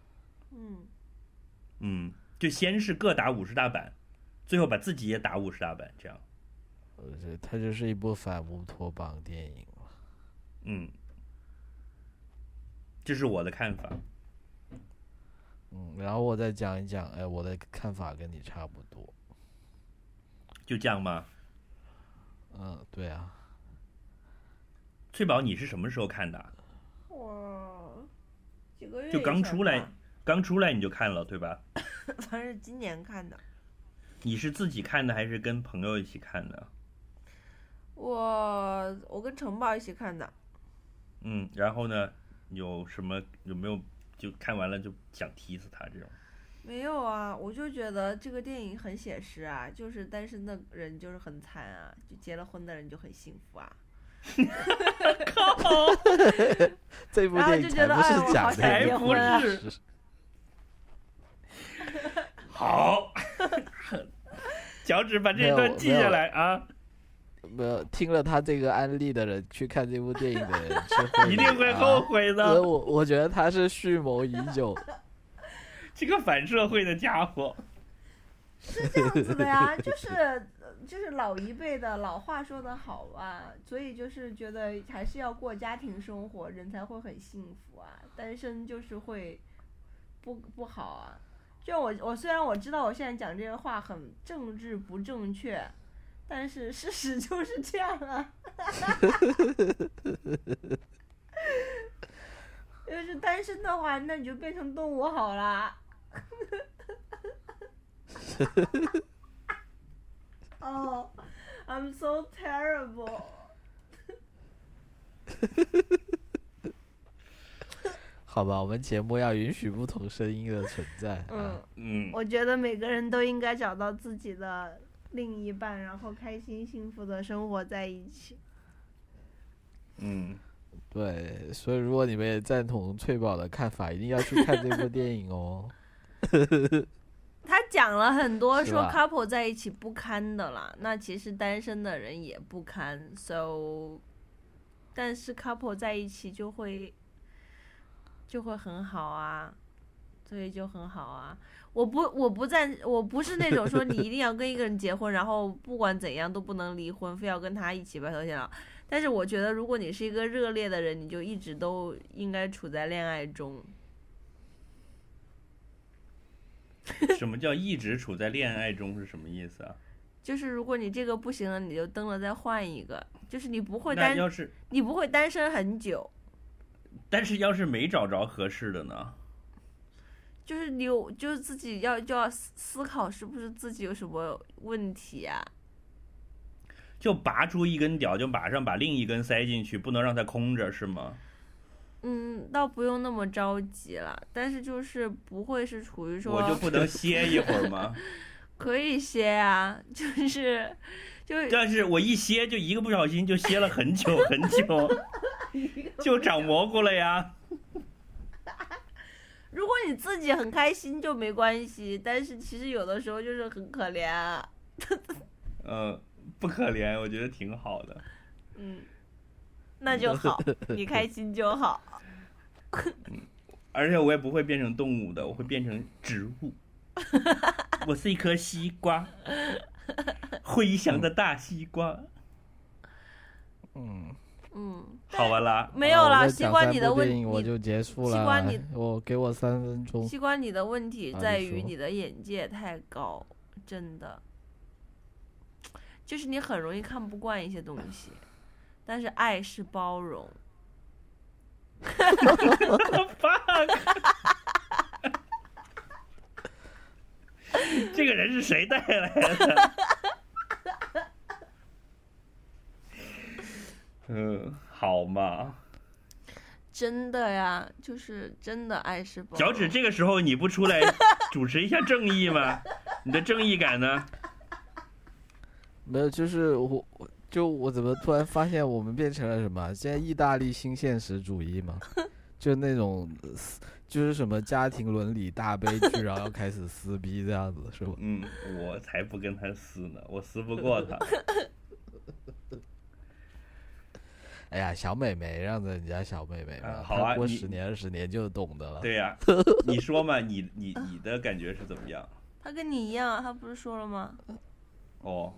Speaker 1: 就先是各打50大板，最后把自己也打50大板，这样。
Speaker 3: 它就是一部反乌托邦电影嘛。
Speaker 1: 这是我的看法。
Speaker 3: 然后我再讲一讲，我的看法跟你差不多。
Speaker 1: 就这样吗？
Speaker 3: 对啊。
Speaker 1: 翠宝，你是什么时候看的？
Speaker 4: 我几个月
Speaker 1: 就刚出来你就看了，对吧？
Speaker 4: 反正是今年看的。
Speaker 1: 你是自己看的还是跟朋友一起看的？
Speaker 4: 我跟城堡一起看的。
Speaker 1: 然后呢，有没有就看完了就想踢死他这种？
Speaker 4: 没有啊，我就觉得这个电影很写实啊，就是单身的人就是很惨啊，就结了婚的人就很幸福啊。
Speaker 1: 靠！
Speaker 3: 这部电影才不是讲
Speaker 1: 才
Speaker 3: 的，
Speaker 1: 不是。好，脚趾把这段记下来啊！
Speaker 3: 没有听了他这个案例的人去看这部电影的人是会
Speaker 1: 一定会后悔的。
Speaker 3: 我觉得他是蓄谋已久。
Speaker 1: 这个反社会的家伙
Speaker 4: 是这样子的呀，就是老一辈的老话说得好吧，所以就是觉得还是要过家庭生活，人才会很幸福啊，单身就是会不好啊。就我虽然我知道我现在讲这个话很政治不正确，但是事实就是这样啊。要是单身的话，那你就变成动物好啦。Oh, I'm so terrible.
Speaker 3: 好吧，我们节目要允许不同声音的存在。
Speaker 4: 我觉得每个人都应该找到自己的另一半，然后开心幸福的生活在一起。
Speaker 3: 对，所以如果你们也赞同翠宝的看法，一定要去看这部电影哦。
Speaker 4: 他讲了很多说 couple 在一起不堪的啦，那其实单身的人也不堪 ，so 但是 couple 在一起就会很好啊，所以就很好啊。我不是那种说你一定要跟一个人结婚，然后不管怎样都不能离婚，非要跟他一起白头偕老。但是我觉得，如果你是一个热烈的人，你就一直都应该处在恋爱中。
Speaker 1: 什么叫一直处在恋爱中是什么意思啊？
Speaker 4: 就是如果你这个不行了，你就登了再换一个，就是你不会单身很久。
Speaker 1: 但是要是没找着合适的呢？
Speaker 4: 就是就是自己就要思考是不是自己有什么问题啊？
Speaker 1: 就拔出一根屌，就马上把另一根塞进去，不能让它空着，是吗？
Speaker 4: 倒不用那么着急了，但是就是不会是处于说
Speaker 1: 我就不能歇一会儿吗？
Speaker 4: 可以歇啊，
Speaker 1: 但是我一歇就一个不小心就歇了很久很久，就长蘑菇了呀。
Speaker 4: 如果你自己很开心就没关系，但是其实有的时候就是很可怜啊。
Speaker 1: 不可怜，我觉得挺好的。
Speaker 4: 那就好，你开心就好。
Speaker 1: 而且我也不会变成动物的，我会变成植物。我是一颗西瓜，飞翔的大西瓜。好吧啦，
Speaker 4: 没有啦。西瓜，你的问题
Speaker 3: 我就结束了。
Speaker 4: 西瓜，
Speaker 3: 我给我3分钟。
Speaker 4: 西瓜，你的问题在于你的眼界太高，真的，就是你很容易看不惯一些东西。但是爱是包容。
Speaker 1: 这个人是谁带来的？好嘛。
Speaker 4: 真的呀，就是真的爱是包容。
Speaker 1: 脚趾，这个时候你不出来主持一下正义吗？你的正义感呢？
Speaker 3: 没有，就是我怎么突然发现我们变成了什么？现在意大利新现实主义嘛，就那种就是什么家庭伦理大悲剧，然后要开始撕逼这样子，是吧？
Speaker 1: 我才不跟他撕呢，我撕不过他。
Speaker 3: 哎呀，小美眉让着人家小美眉嘛，
Speaker 1: 好啊，
Speaker 3: 过10年20年就懂得了。
Speaker 1: 对呀、你说嘛，你的感觉是怎么样？
Speaker 4: 他跟你一样啊，他不是说了吗？
Speaker 1: 哦，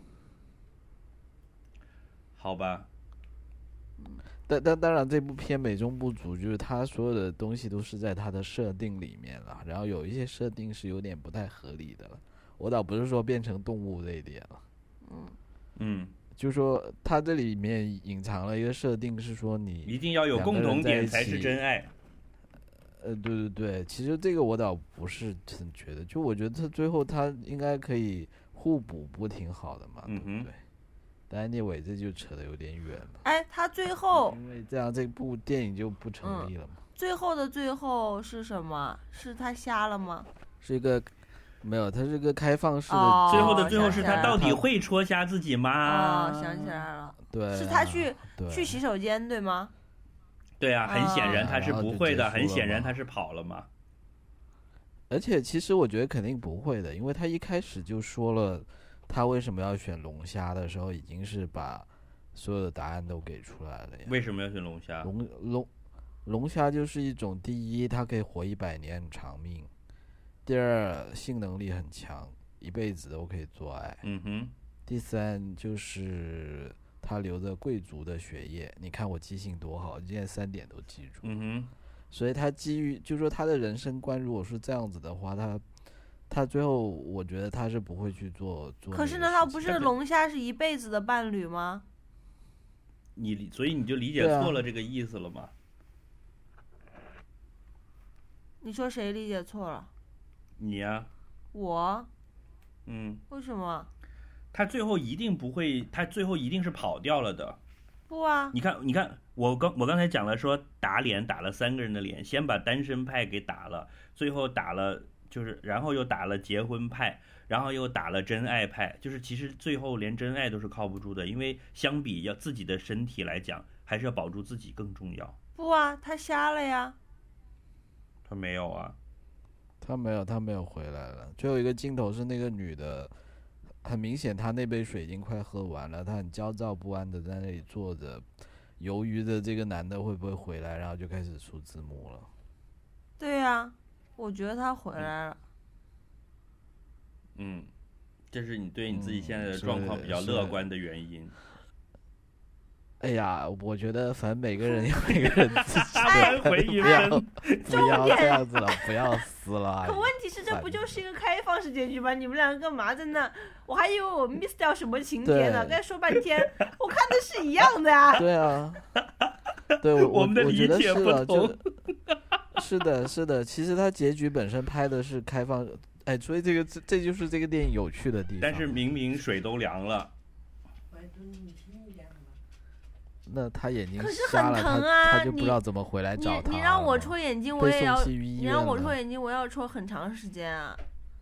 Speaker 1: 好吧。
Speaker 3: 但当然，这部片美中不足，就是它所有的东西都是在它的设定里面了，然后有一些设定是有点不太合理的了。我倒不是说变成动物这一点了，就是说它这里面隐藏了一个设定，是说你
Speaker 1: 一定要有共同点才是真爱。
Speaker 3: 对，其实这个我倒不是很觉得，就我觉得他最后他应该可以互补，不挺好的嘛，对不对？但 anyway 这就扯得有点远了。
Speaker 4: 哎，他最后
Speaker 3: 因为这样这部电影就不成立了嘛。
Speaker 4: 最后的最后是什么？是他瞎了吗？
Speaker 3: 是一个没有，它是个开放式的。
Speaker 1: 最后的最后是他到底会戳瞎自己吗？
Speaker 4: 哦，想起来了。
Speaker 3: 对，
Speaker 4: 是他去洗手间对吗？
Speaker 1: 对啊，很显然他是不会的，很显然他是跑了嘛。
Speaker 3: 而且其实我觉得肯定不会的，因为他一开始就说了，他为什么要选龙虾的时候，已经是把所有的答案都给出来了呀。
Speaker 1: 为什么要选龙虾？
Speaker 3: 龙虾就是一种，第一，它可以活100年，很长命；第二，性能力很强，一辈子都可以做爱。第三就是他留着贵族的血液，你看我记性多好，今天3点都记住。所以他基于就是说他的人生观如果是这样子的话，他最后我觉得他是不会去做。
Speaker 4: 可是难道不是龙虾是一辈子的伴侣吗？
Speaker 1: 所以你就理解错了这个意思了吗？
Speaker 4: 你说谁理解错了？
Speaker 1: 你呀。
Speaker 4: 我。为什么？
Speaker 1: 他最后一定不会，他最后一定是跑掉了的。
Speaker 4: 不啊！
Speaker 1: 你看，我刚才讲了说打脸打了3个人的脸，先把单身派给打了，最后打了然后又打了结婚派，然后又打了真爱派，就是其实最后连真爱都是靠不住的，因为相比要自己的身体来讲，还是要保住自己更重要。
Speaker 4: 不啊，他瞎了呀。
Speaker 1: 他没有啊。
Speaker 3: 他没有回来了。最后一个镜头是那个女的。很明显他那杯水已经快喝完了，他很焦躁不安的在那里坐着，犹豫着这个男的会不会回来，然后就开始出字幕了。
Speaker 4: 对呀，我觉得他回来了。
Speaker 1: 这是你对你自己现在的状况比较乐观的原因。
Speaker 3: 哎呀，我觉得反正每个人有每个人自己
Speaker 1: 的回忆分，
Speaker 3: 不要这样子了，不要撕了。
Speaker 4: 可问题是，这不就是一个开放式结局吗？你们两个干嘛在那？我还以为我 miss 掉什么情节呢，刚才说半天，我看的是一样的呀。
Speaker 3: 对啊，对，
Speaker 1: 我们的理解不同。
Speaker 3: 是的，其实它结局本身拍的是开放，哎，所以这就是这个电影有趣的地方。
Speaker 1: 但是明明水都凉了。
Speaker 3: 那他眼睛
Speaker 4: 瞎了，
Speaker 3: 他就不知道怎么回来找他。
Speaker 4: 你让我戳眼睛，我也要；你让我戳眼睛，我要戳很长时间啊。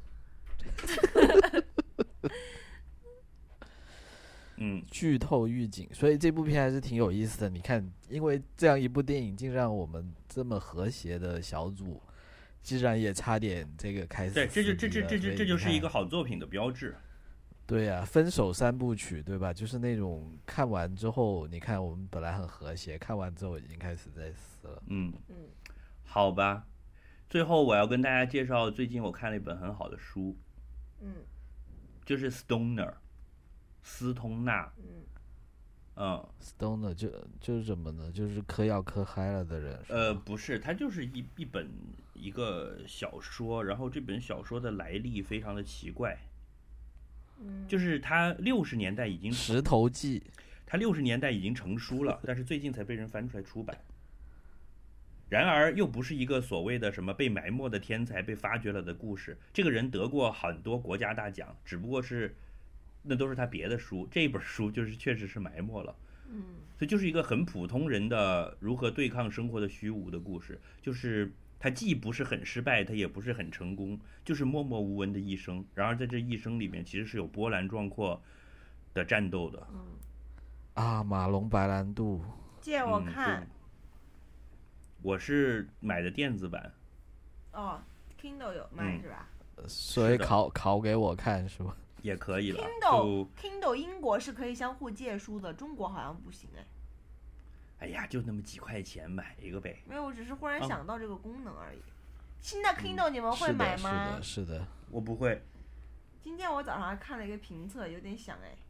Speaker 3: 剧透预警，所以这部片还是挺有意思的。你看，因为这样一部电影，竟让我们这么和谐的小组，竟然也差点这个开始。
Speaker 1: 对，这就是一个好作品的标志。
Speaker 3: 对呀，分手3部曲，对吧？就是那种看完之后，你看我们本来很和谐，看完之后已经开始在撕了。
Speaker 1: 好吧。最后我要跟大家介绍，最近我看了一本很好的书，就是 Stoner， 斯通纳。
Speaker 3: Stoner 就是什么呢？就是嗑药嗑嗨了的人。
Speaker 1: 不是，它就是一个小说，然后这本小说的来历非常的奇怪。就是他60年代已经
Speaker 3: 石头记，
Speaker 1: 他60年代已经成书了，但是最近才被人翻出来出版。然而又不是一个所谓的什么被埋没的天才被发掘了的故事。这个人得过很多国家大奖，只不过是那都是他别的书，这本书就是确实是埋没了。所以就是一个很普通人的如何对抗生活的虚无的故事，就是他既不是很失败，他也不是很成功，就是默默无闻的一生。然而在这一生里面，其实是有波澜壮阔， 的战斗的。
Speaker 3: 啊，马龙白兰度，
Speaker 4: 借我看。
Speaker 1: 我是买的电子版。
Speaker 4: 哦 ，Kindle 有卖是吧？
Speaker 3: 所以拷给我看是吧？
Speaker 1: 也可以了。
Speaker 4: Kindle 英国是可以相互借书的，中国好像不行哎。
Speaker 1: 哎呀，就那么几块钱买一个呗。
Speaker 4: 没有，我只是忽然想到这个功能而已。新的 Kindle 你们会买吗？
Speaker 3: 是的，
Speaker 1: 我不会。
Speaker 4: 今天我早上还看了一个评测，有点想哎。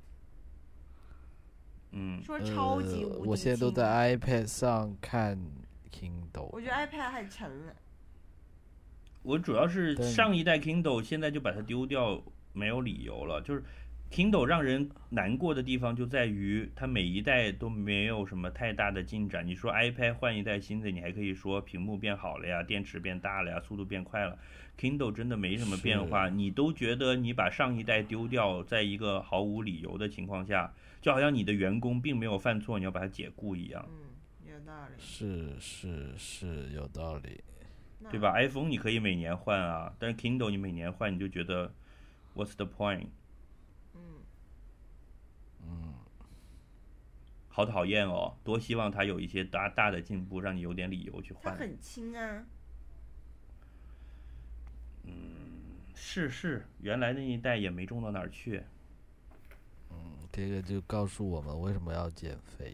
Speaker 4: 说超级无敌
Speaker 3: 我现在都在 iPad 上看 Kindle。
Speaker 4: 我觉得 iPad 太沉了。
Speaker 1: 我主要是上一代 Kindle 现在就把它丢掉，没有理由了。就是 Kindle 让人难过的地方就在于它每一代都没有什么太大的进展。你说 iPad 换一代新的，你还可以说屏幕变好了呀，电池变大了呀，速度变快了。Kindle 真的没什么变化，你都觉得你把上一代丢掉，在一个毫无理由的情况下，就好像你的员工并没有犯错，你要把它解雇一样。
Speaker 4: 有道理。
Speaker 3: 是有道理，
Speaker 1: 对吧 ？iPhone 你可以每年换啊，但是 Kindle 你每年换，你就觉得 What's the point？好讨厌哦！多希望它有一些大的进步，让你有点理由去换。
Speaker 4: 它很轻啊。
Speaker 1: 是，原来那一代也没重到哪儿去。
Speaker 3: 这个就告诉我们为什么要减肥。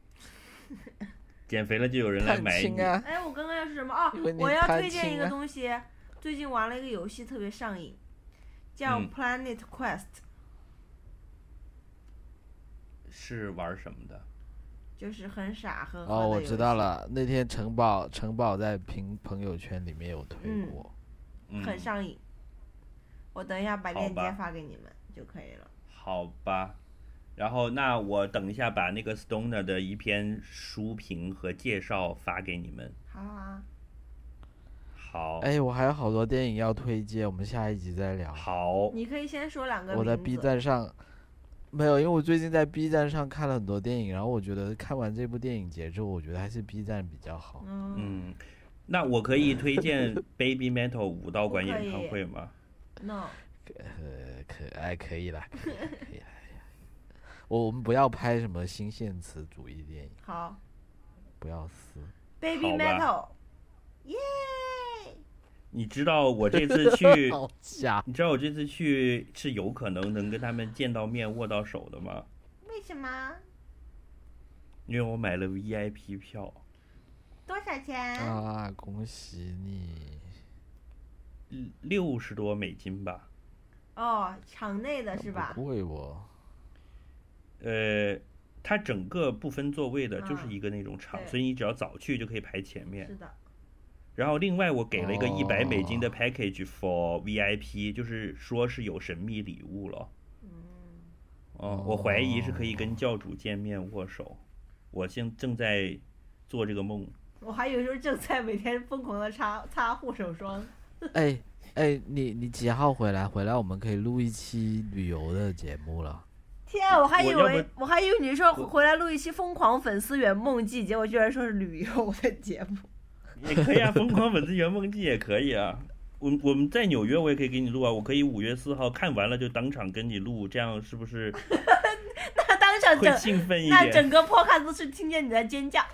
Speaker 1: 减肥了就有人来买你。
Speaker 4: 哎，我刚刚要是什么哦？我要推荐一个东西，最近玩了一个游戏特别上瘾，叫 Planet Quest。
Speaker 1: 是玩什么的？
Speaker 4: 就是很傻呵呵的
Speaker 3: 哦，我知道了。那天城堡在朋友圈里面有推过，
Speaker 4: 很上瘾。我等一下把链接发给你们就可以了。
Speaker 1: 好吧，然后那我等一下把那个 Stoner 的一篇书评和介绍发给你们。
Speaker 4: 好啊。
Speaker 1: 好。
Speaker 3: 哎，我还有好多电影要推荐，我们下一集再聊。
Speaker 1: 好。
Speaker 4: 你可以先说两个名字。
Speaker 3: 我在 B 站上。没有，因为我最近在 B 站上看了很多电影，然后我觉得看完这部电影节之后，我觉得还是 B 站比较好。
Speaker 1: 那我可以推荐 Baby Metal 武道馆演唱会吗
Speaker 4: ？No。
Speaker 3: 可以啦，可以啦。我们不要拍什么新现实主义电影。
Speaker 4: 好。
Speaker 3: 不要撕。
Speaker 4: Baby Metal。耶！
Speaker 1: 你知道我这次去，
Speaker 3: 好假！
Speaker 1: 你知道我这次去是有可能能跟他们见到面、握到手的吗？
Speaker 4: 为什么？
Speaker 1: 因为我买了 VIP 票。
Speaker 4: 多少钱？
Speaker 3: 啊，恭喜你
Speaker 1: ！$60多吧。
Speaker 4: 哦，场内的是吧？
Speaker 3: 不贵不？
Speaker 1: 它整个不分座位的，就是一个那种场，所以你只要早去就可以排前面。
Speaker 4: 是的。
Speaker 1: 然后另外我给了一个$100的 package for VIP，就是说是有神秘礼物了。我怀疑是可以跟教主见面握手。我现正在做这个梦。
Speaker 4: 我还以为是正在每天疯狂的擦护手霜。
Speaker 3: 你几号回来？回来我们可以录一期旅游的节目了。
Speaker 4: 天啊，我还以为你说回来录一期疯狂粉丝圆梦记，结果居然说是旅游的节目。
Speaker 1: 也可以啊，疯狂粉丝圆梦记也可以啊。我们在纽约，我也可以给你录啊。我可以5月4号看完了就当场跟你录，这样是不是？
Speaker 4: 那当场
Speaker 1: 会兴奋一点。
Speaker 4: 那整个 podcast 都是听见你的尖叫。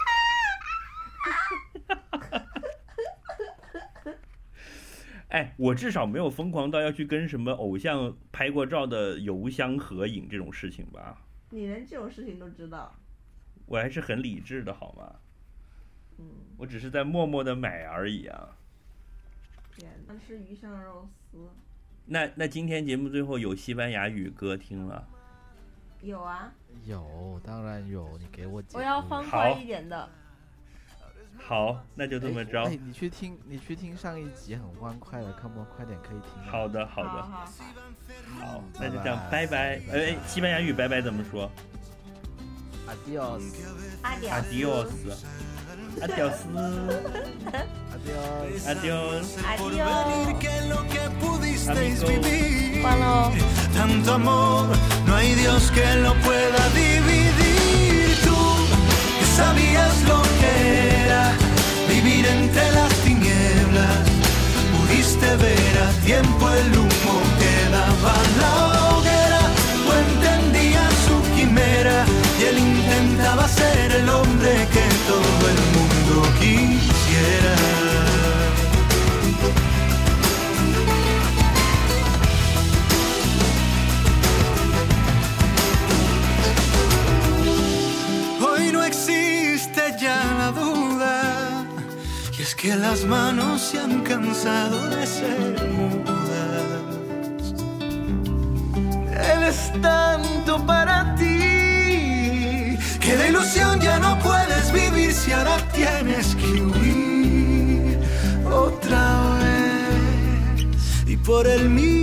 Speaker 1: 哎，我至少没有疯狂到要去跟什么偶像拍过照的邮箱合影这种事情吧？
Speaker 4: 你连这种事情都知道？
Speaker 1: 我还是很理智的，好吗？我只是在默默的买而已啊。
Speaker 4: 天，那是鱼香肉丝。
Speaker 1: 那今天节目最后有西班牙语歌听了？
Speaker 4: 有啊。
Speaker 3: 有，当然有，你给我
Speaker 4: 我要欢快一点的。
Speaker 1: 好，那就这么着。
Speaker 3: 你去听上一集很欢快的 ，Come on， 快点可以听。
Speaker 1: 好的，好，那就这样，拜拜。西班牙语拜拜怎么说
Speaker 3: ？Adios。
Speaker 1: Adios。Adiós. Adiós.
Speaker 4: Adiós.
Speaker 5: Tanto amor, no hay Dios que lo pueda dividir. Tú que sabías lo que era vivir entre las tinieblas, pudiste ver a tiempo el humo que daba la hoguera, o entendías el hombre que todo el mundo quisiera. Hoy no existe ya la duda, y es que las manos se han cansado de ser mudas. Él es tanto para ti, que de ilusión ya no puedes vivir si ahora tienes que huir otra vez. Y por el mío